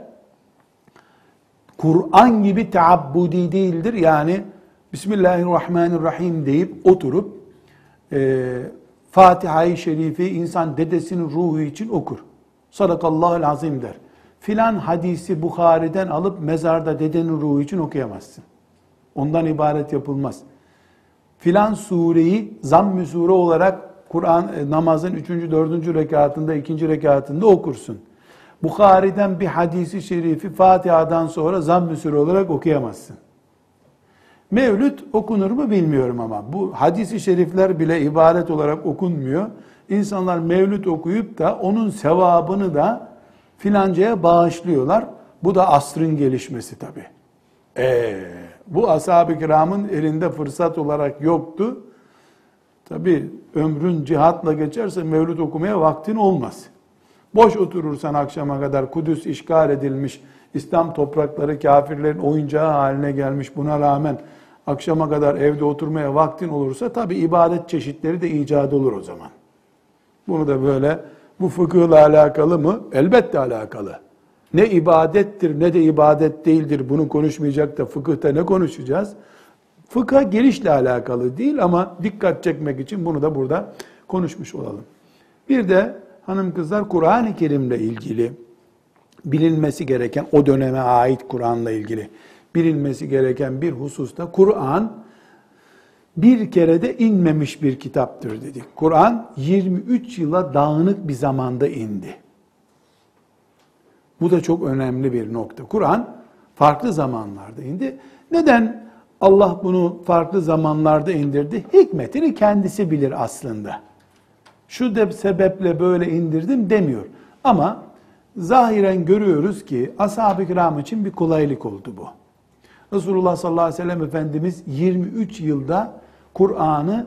Kur'an gibi teabbudi değildir. Yani Bismillahirrahmanirrahim deyip oturup e, Fatiha-i Şerif'i insan dedesinin ruhu için okur. Sadakallahul azim der. Filan hadisi Bukhari'den alıp mezarda dedenin ruhu için okuyamazsın. Ondan ibaret yapılmaz. Filan sureyi zamm-ı sure olarak Kur'an namazın üçüncü, dördüncü rekatında, ikinci rekatında okursun. Bukhari'den bir hadisi şerifi Fatiha'dan sonra zamm-ı sure olarak okuyamazsın. Mevlüt okunur mu bilmiyorum ama bu hadisi şerifler bile ibaret olarak okunmuyor. İnsanlar mevlüt okuyup da onun sevabını da filancaya bağışlıyorlar. Bu da asrın gelişmesi tabii. Ee, bu ashab-ı kiramın elinde fırsat olarak yoktu. Tabii ömrün cihatla geçerse mevlüt okumaya vaktin olmaz. Boş oturursan akşama kadar Kudüs işgal edilmiş, İslam toprakları kafirlerin oyuncağı haline gelmiş, buna rağmen akşama kadar evde oturmaya vaktin olursa tabii ibadet çeşitleri de icat olur o zaman. Bunu da böyle, bu fıkıhla alakalı mı? Elbette alakalı. Ne ibadettir ne de ibadet değildir. Bunu konuşmayacak da fıkıhta ne konuşacağız? Fıkha girişle alakalı değil ama dikkat çekmek için bunu da burada konuşmuş olalım. Bir de hanım kızlar Kur'an-ı Kerim'le ilgili bilinmesi gereken, o döneme ait Kur'an'la ilgili bilinmesi gereken bir hususta Kur'an bir kere de inmemiş bir kitaptır dedik. Kur'an yirmi üç yıla dağınık bir zamanda indi. Bu da çok önemli bir nokta. Kur'an farklı zamanlarda indi. Neden Allah bunu farklı zamanlarda indirdi? Hikmetini kendisi bilir aslında. Şu de sebeple böyle indirdim demiyor. Ama zahiren görüyoruz ki ashab-ı kiram için bir kolaylık oldu bu. Resulullah sallallahu aleyhi ve sellem Efendimiz yirmi üç yılda Kur'an'ı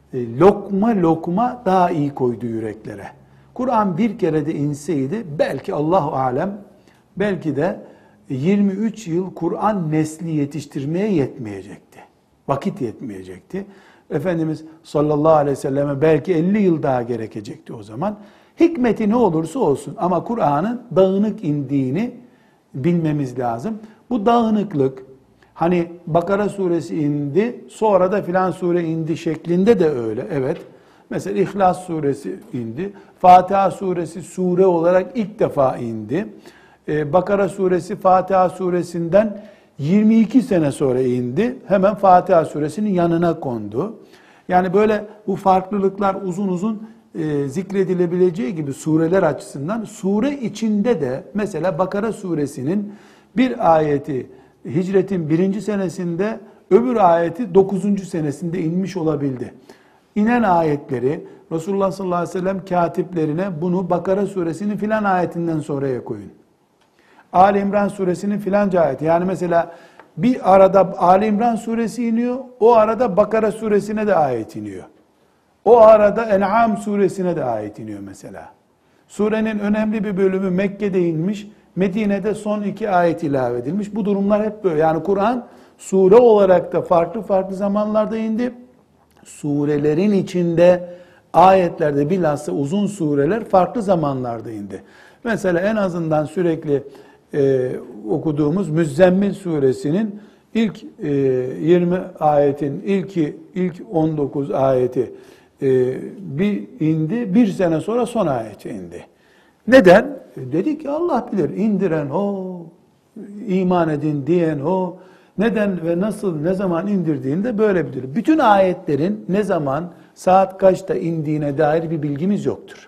lokma lokma daha iyi koydu yüreklere. Kur'an bir kere de inseydi belki Allahu alem belki de yirmi üç yıl Kur'an nesli yetiştirmeye yetmeyecekti. Vakit yetmeyecekti. Efendimiz sallallahu aleyhi ve selleme belki elli yıl daha gerekecekti o zaman. Hikmeti ne olursa olsun ama Kur'an'ın dağınık indiğini bilmemiz lazım. Bu dağınıklık hani Bakara suresi indi sonra da filan sure indi şeklinde de öyle. Evet. Mesela İhlas suresi indi. Fatiha suresi sure olarak ilk defa indi. Ee, Bakara suresi Fatiha suresinden yirmi iki sene sonra indi. Hemen Fatiha suresinin yanına kondu. Yani böyle bu farklılıklar uzun uzun e, zikredilebileceği gibi sureler açısından sure içinde de mesela Bakara suresinin bir ayeti hicretin birinci senesinde öbür ayeti dokuzuncu senesinde inmiş olabildi. İnen ayetleri Resulullah sallallahu aleyhi ve sellem katiplerine bunu Bakara suresinin filan ayetinden sonraya koyun. Ali İmran suresinin filanca ayeti. Yani mesela bir arada Ali İmran suresi iniyor, o arada Bakara suresine de ayet iniyor. O arada En'am suresine de ayet iniyor mesela. Surenin önemli bir bölümü Mekke'de inmiş, Medine'de son iki ayet ilave edilmiş. Bu durumlar hep böyle. Yani Kur'an sure olarak da farklı farklı zamanlarda indi. Surelerin içinde ayetlerde bilhassa uzun sureler farklı zamanlarda indi. Mesela en azından sürekli e, okuduğumuz Müzzemmil suresinin ilk e, yirmi ayetin ilki ilk on dokuz ayeti e, bir indi, bir sene sonra son ayeti indi. Neden? E, dedi ki Allah bilir. İndiren o, iman edin diyen o. Neden ve nasıl, ne zaman indirdiğini de böyle bilir. Bütün ayetlerin ne zaman, saat kaçta indiğine dair bir bilgimiz yoktur.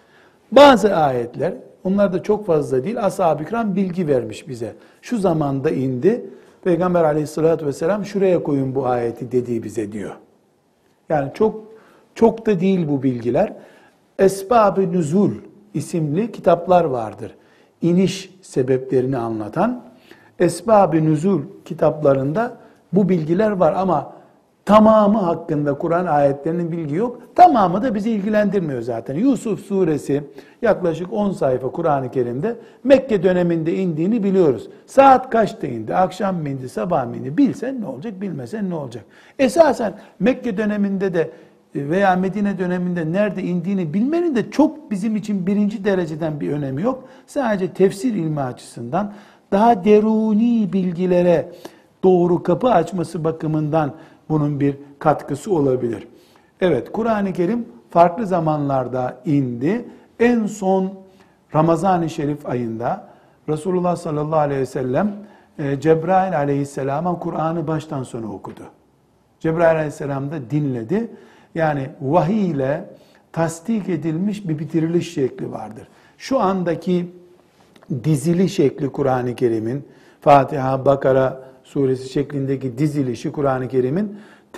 Bazı ayetler, onlar da çok fazla değil, ashab-ı kiram bilgi vermiş bize. Şu zamanda indi, Peygamber aleyhissalatü vesselam şuraya koyun bu ayeti dediği bize diyor. Yani çok çok da değil bu bilgiler. Esbab-ı Nüzul isimli kitaplar vardır. İniş sebeplerini anlatan. Esbab-ı Nüzul kitaplarında bu bilgiler var ama tamamı hakkında Kur'an ayetlerinin bilgi yok. Tamamı da bizi ilgilendirmiyor zaten. Yusuf suresi yaklaşık on sayfa Kur'an-ı Kerim'de Mekke döneminde indiğini biliyoruz. Saat kaçta indi? Akşam mı indi? Sabah mı indi? Bilsen ne olacak? Bilmesen ne olacak? Esasen Mekke döneminde de veya Medine döneminde nerede indiğini bilmenin de çok bizim için birinci dereceden bir önemi yok. Sadece tefsir ilmi açısından daha deruni bilgilere doğru kapı açması bakımından bunun bir katkısı olabilir. Evet, Kur'an-ı Kerim farklı zamanlarda indi. En son Ramazan-ı Şerif ayında Resulullah sallallahu aleyhi ve sellem Cebrail aleyhisselama Kur'an'ı baştan sona okudu. Cebrail aleyhisselam da dinledi. Yani vahiy ile tasdik edilmiş bir bitiriliş şekli vardır. Şu andaki dizili şekli Kur'an-ı Kerim'in, Fatiha, Bakara suresi şeklindeki dizilişi Kur'an-ı Kerim'in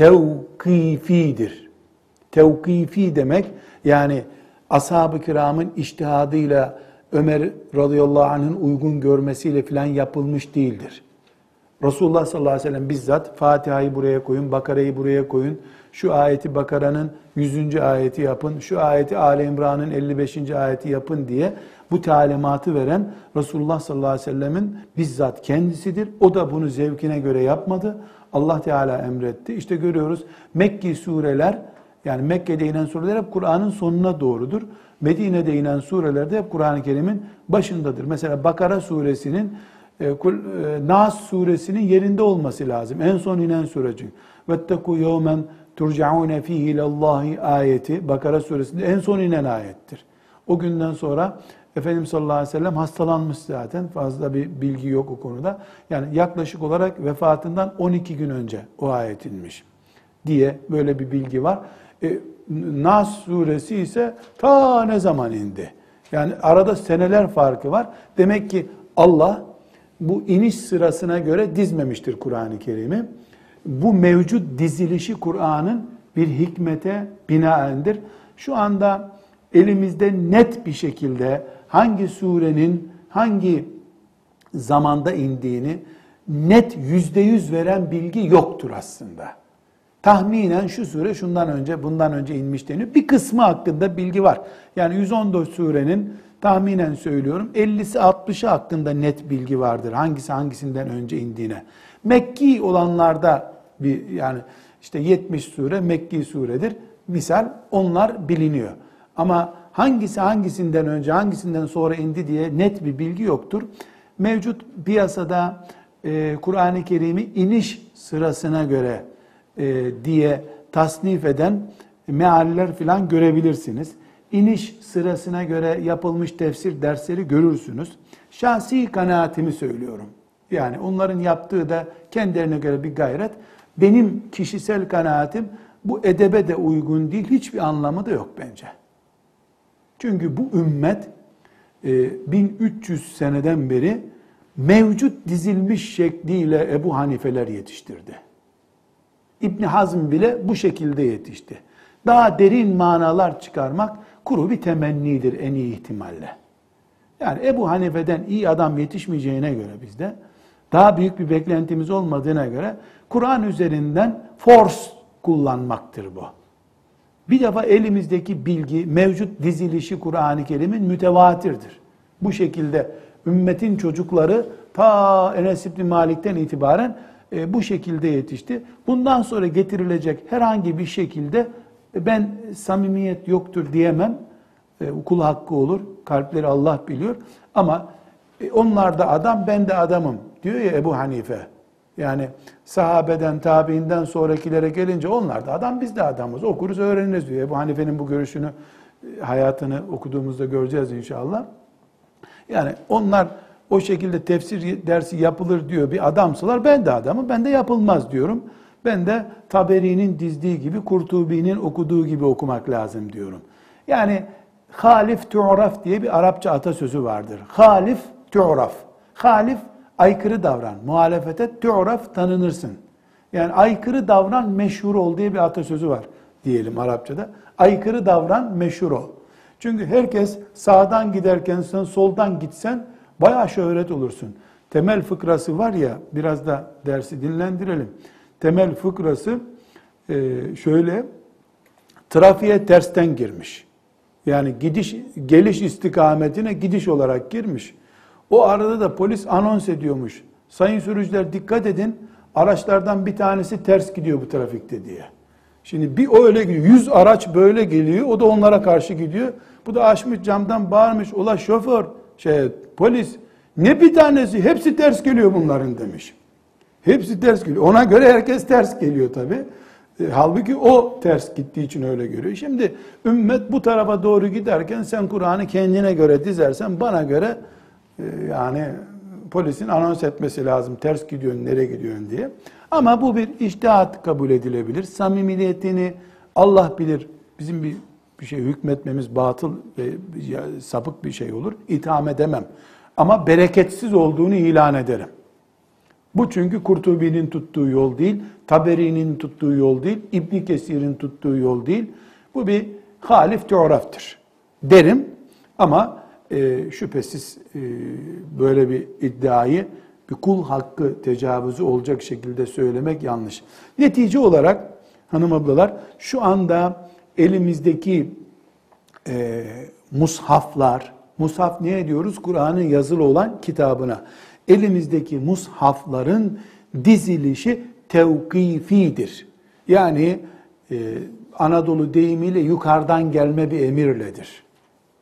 tevkifidir. Tevkifi demek yani ashab-ı kiramın içtihadıyla Ömer radıyallahu anh'ın uygun görmesiyle filan yapılmış değildir. Resulullah sallallahu aleyhi ve sellem bizzat Fatiha'yı buraya koyun, Bakara'yı buraya koyun, şu ayeti Bakara'nın yüzüncü ayeti yapın, şu ayeti Ali İmran'ın elli beşinci ayeti yapın diye bu talimatı veren Resulullah sallallahu aleyhi ve sellemin bizzat kendisidir. O da bunu zevkine göre yapmadı. Allah Teala emretti. İşte görüyoruz Mekki sureler, yani Mekke'de inen sureler hep Kur'an'ın sonuna doğrudur. Medine'de inen surelerde hep Kur'an-ı Kerim'in başındadır. Mesela Bakara suresinin e, Nas suresinin yerinde olması lazım. En son inen sure çünkü. وَاتَّقُوا يَوْمًا تُرْجَعُونَ ف۪يهِ اِلَى اللّٰهِ ayeti Bakara suresinde en son inen ayettir. O günden sonra Efendimiz sallallahu aleyhi ve sellem hastalanmış zaten. Fazla bir bilgi yok o konuda. Yani yaklaşık olarak vefatından on iki gün önce o ayet inmiş diye böyle bir bilgi var. E, Nas suresi ise ta ne zaman indi? Yani arada seneler farkı var. Demek ki Allah bu iniş sırasına göre dizmemiştir Kur'an-ı Kerim'i. Bu mevcut dizilişi Kur'an'ın bir hikmete binaendir. Şu anda elimizde net bir şekilde hangi surenin hangi zamanda indiğini net yüzde yüz veren bilgi yoktur aslında. Tahminen şu sure şundan önce, bundan önce inmiş deniyor. Bir kısmı hakkında bilgi var. Yani yüz on dört surenin tahminen söylüyorum ellisi altmışı hakkında net bilgi vardır. Hangisi hangisinden önce indiğine. Mekki olanlarda bir yani işte yetmiş sure Mekki suredir. Misal onlar biliniyor. Ama hangisi hangisinden önce, hangisinden sonra indi diye net bir bilgi yoktur. Mevcut piyasada e, Kur'an-ı Kerim'i iniş sırasına göre e, diye tasnif eden mealler filan görebilirsiniz. İniş sırasına göre yapılmış tefsir dersleri görürsünüz. Şahsi kanaatimi söylüyorum. Yani onların yaptığı da kendilerine göre bir gayret. Benim kişisel kanaatim bu edebe de uygun değil, hiçbir anlamı da yok bence. Çünkü bu ümmet bin üç yüz seneden beri mevcut dizilmiş şekliyle Ebu Hanifeler yetiştirdi. İbn Hazm bile bu şekilde yetişti. Daha derin manalar çıkarmak kuru bir temennidir en iyi ihtimalle. Yani Ebu Hanife'den iyi adam yetişmeyeceğine göre bizde, daha büyük bir beklentimiz olmadığına göre Kur'an üzerinden force kullanmaktır bu. Bir defa elimizdeki bilgi, mevcut dizilişi Kur'an-ı Kerim'in mütevatirdir. Bu şekilde ümmetin çocukları ta Enes İbni Malik'ten itibaren e, bu şekilde yetişti. Bundan sonra getirilecek herhangi bir şekilde e, ben samimiyet yoktur diyemem. E, kul hakkı olur. Kalpleri Allah biliyor. Ama e, onlar da adam, ben de adamım diyor ya Ebu Hanife. Yani sahabeden, tabiinden sonrakilere gelince onlar da adam, biz de adamız. Okuruz, öğreniriz diyor. Ebu Hanife'nin bu görüşünü, hayatını okuduğumuzda göreceğiz inşallah. Yani onlar o şekilde tefsir dersi yapılır diyor bir adamsalar, ben de adamım, ben de yapılmaz diyorum. Ben de Taberi'nin dizdiği gibi, Kurtubi'nin okuduğu gibi okumak lazım diyorum. Yani halif tu'raf diye bir Arapça atasözü vardır. Halif tu'raf. Halif aykırı davran. Muhalefete tu'raf tanınırsın. Yani aykırı davran meşhur ol diye bir atasözü var diyelim Arapçada. Aykırı davran meşhur ol. Çünkü herkes sağdan giderken sen soldan gitsen bayağı şöhret olursun. Temel fıkrası var ya, biraz da dersi dinlendirelim. Temel fıkrası şöyle, trafiğe tersten girmiş. Yani gidiş geliş istikametine gidiş olarak girmiş. O arada da polis anons ediyormuş. Sayın sürücüler dikkat edin, araçlardan bir tanesi ters gidiyor bu trafikte diye. Şimdi bir o öyle gidiyor, yüz araç böyle geliyor, o da onlara karşı gidiyor. Bu da açmış camdan bağırmış, ula şoför, şey polis, ne bir tanesi, hepsi ters geliyor bunların demiş. Hepsi ters geliyor. Ona göre herkes ters geliyor tabii. E, halbuki o ters gittiği için öyle görüyor. Şimdi ümmet bu tarafa doğru giderken sen Kur'an'ı kendine göre dizersen, bana göre e, yani polisin anons etmesi lazım. Ters gidiyorsun, nereye gidiyorsun diye. Ama bu bir içtihat kabul edilebilir. Samimiyetini Allah bilir. Bizim bir bir şey hükmetmemiz batıl ve sapık bir şey olur. İtham edemem. Ama bereketsiz olduğunu ilan ederim. Bu çünkü Kurtubi'nin tuttuğu yol değil, Taberi'nin tuttuğu yol değil, İbn Kesir'in tuttuğu yol değil. Bu bir halif teoraftır derim. Ama e, şüphesiz e, böyle bir iddiayı bir kul hakkı tecavüzü olacak şekilde söylemek yanlış. Netice olarak hanım ablalar, şu anda elimizdeki e, mushaflar, mushaf ne diyoruz? Kur'an'ın yazılı olan kitabına. Elimizdeki mushafların dizilişi tevkifidir. Yani e, Anadolu deyimiyle yukarıdan gelme bir emirledir.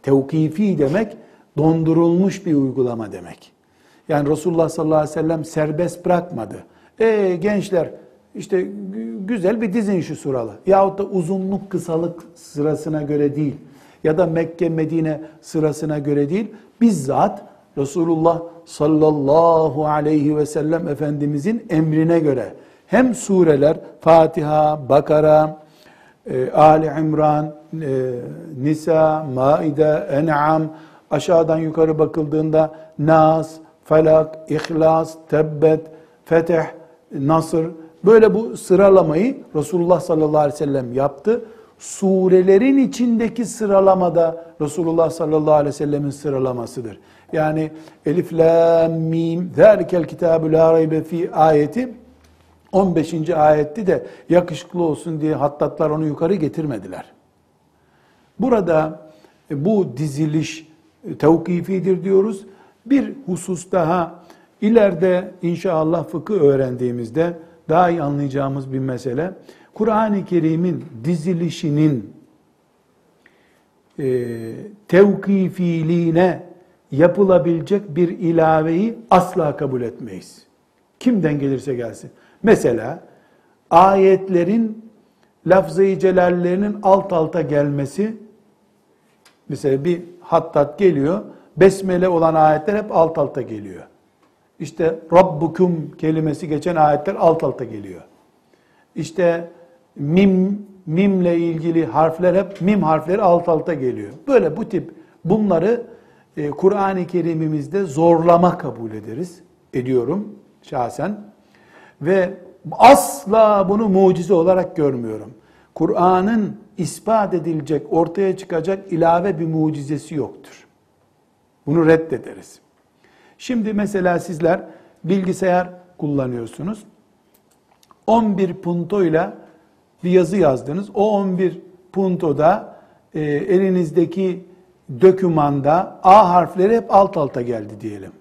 Tevkifi demek dondurulmuş bir uygulama demek. Yani Resulullah sallallahu aleyhi ve sellem serbest bırakmadı. E gençler işte güzel bir dizin şu suralı. Yahut da uzunluk kısalık sırasına göre değil. Ya da Mekke Medine sırasına göre değil. Bizzat Resulullah sallallahu aleyhi ve sellem Efendimizin emrine göre hem sureler Fatiha, Bakara, e, Ali İmran, e, Nisa, Maide, En'am, aşağıdan yukarı bakıldığında Nas, Felak, İhlas, Tebbet, Fetih, Nasr, böyle bu sıralamayı Resulullah sallallahu aleyhi ve sellem yaptı. Surelerin içindeki sıralamada Resulullah sallallahu aleyhi ve sellemin sıralamasıdır. Yani Elif, Lam, Mim, Zâlikel kitâbü lâ raybe fî ayeti on beşinci ayetti de yakışıklı olsun diye hattatlar onu yukarı getirmediler. Burada bu diziliş tevkifidir diyoruz. Bir husus daha ileride inşallah fıkıh öğrendiğimizde daha iyi anlayacağımız bir mesele. Kur'an-ı Kerim'in dizilişinin e, tevkifiliğine yapılabilecek bir ilaveyi asla kabul etmeyiz. Kimden gelirse gelsin. Mesela ayetlerin lafz-ı celallerinin alt alta gelmesi, mesela bir hattat geliyor, besmele olan ayetler hep alt alta geliyor. İşte Rabbukum kelimesi geçen ayetler alt alta geliyor. İşte mim, mimle ilgili harfler hep mim harfleri alt alta geliyor. Böyle bu tip bunları e, Kur'an-ı Kerim'imizde zorlama kabul ederiz. Ediyorum şahsen. Ve asla bunu mucize olarak görmüyorum. Kur'an'ın ispat edilecek, ortaya çıkacak ilave bir mucizesi yoktur. Bunu reddederiz. Şimdi mesela sizler bilgisayar kullanıyorsunuz. on bir puntoyla bir yazı yazdınız. O on bir puntoda e, elinizdeki dokümanda A harfleri hep alt alta geldi diyelim.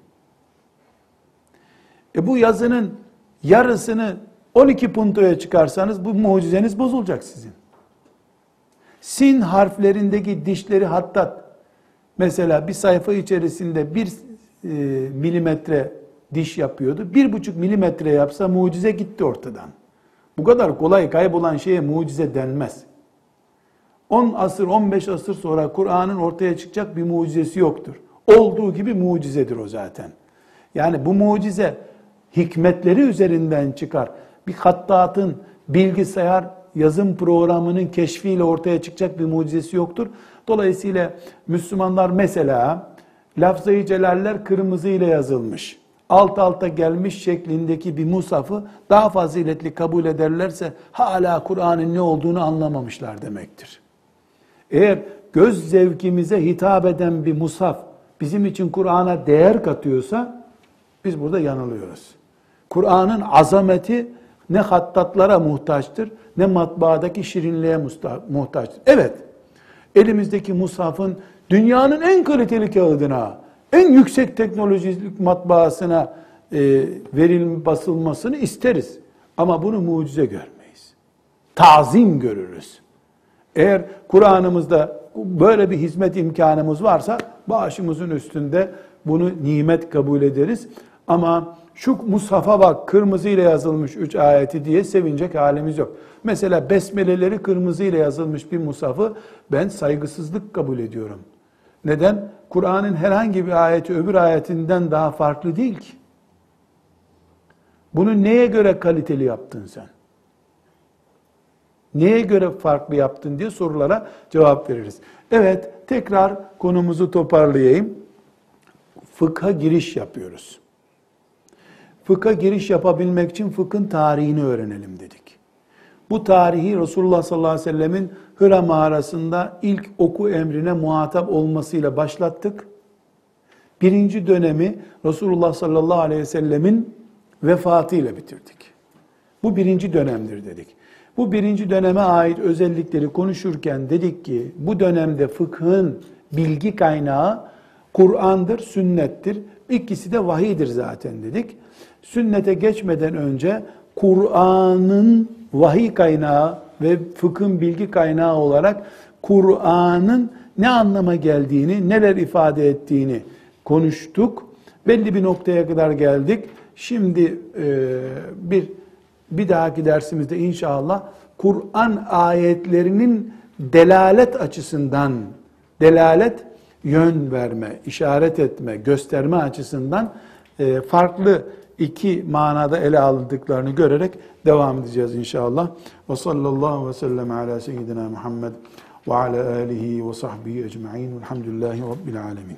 E bu yazının yarısını on iki puntoya çıkarsanız bu mucizeniz bozulacak sizin. Sin harflerindeki dişleri hattat. Mesela bir sayfa içerisinde bir e, milimetre diş yapıyordu. Bir buçuk milimetre yapsa mucize gitti ortadan. Bu kadar kolay kaybolan şeye mucize denmez. on asır, on beş asır sonra Kur'an'ın ortaya çıkacak bir mucizesi yoktur. Olduğu gibi mucizedir o zaten. Yani bu mucize hikmetleri üzerinden çıkar. Bir hattatın bilgisayar yazım programının keşfiyle ortaya çıkacak bir mucizesi yoktur. Dolayısıyla Müslümanlar mesela lafz-ı celaller kırmızıyla yazılmış, alt alta gelmiş şeklindeki bir musafı daha faziletli kabul ederlerse hala Kur'an'ın ne olduğunu anlamamışlar demektir. Eğer göz zevkimize hitap eden bir musaf bizim için Kur'an'a değer katıyorsa biz burada yanılıyoruz. Kur'an'ın azameti ne hattatlara muhtaçtır, ne matbaadaki şirinliğe muhtaçtır. Evet, elimizdeki mushafın dünyanın en kaliteli kağıdına, en yüksek teknolojik matbaasına e, verilme basılmasını isteriz. Ama bunu mucize görmeyiz. Tazim görürüz. Eğer Kur'an'ımızda böyle bir hizmet imkanımız varsa başımızın üstünde bunu nimet kabul ederiz. Ama şu mushafa bak kırmızıyla yazılmış üç ayeti diye sevinecek halimiz yok. Mesela besmeleleri kırmızıyla yazılmış bir mushafı ben saygısızlık kabul ediyorum. Neden? Kur'an'ın herhangi bir ayeti öbür ayetinden daha farklı değil ki. Bunu neye göre kaliteli yaptın sen? Neye göre farklı yaptın diye sorulara cevap veririz. Evet, tekrar konumuzu toparlayayım. Fıkha giriş yapıyoruz. Fıkha giriş yapabilmek için fıkhın tarihini öğrenelim dedik. Bu tarihi Resulullah sallallahu aleyhi ve sellemin Hıra mağarasında ilk oku emrine muhatap olmasıyla başlattık. Birinci dönemi Resulullah sallallahu aleyhi ve sellemin vefatıyla bitirdik. Bu birinci dönemdir dedik. Bu birinci döneme ait özellikleri konuşurken dedik ki bu dönemde fıkhın bilgi kaynağı Kur'an'dır, sünnettir. İkisi de vahiydir zaten dedik. Sünnete geçmeden önce Kur'an'ın vahiy kaynağı ve fıkhın bilgi kaynağı olarak Kur'an'ın ne anlama geldiğini, neler ifade ettiğini konuştuk. Belli bir noktaya kadar geldik. Şimdi e, bir bir dahaki dersimizde inşallah Kur'an ayetlerinin delalet açısından, delalet yön verme, işaret etme, gösterme açısından e, farklı iki manada ele alındıklarını görerek devam edeceğiz inşallah. Ve sallallahu ve sellem ala seyyidina Muhammed ve ala alihi ve sahbihi ecma'in. Velhamdülillahi Rabbil alemin.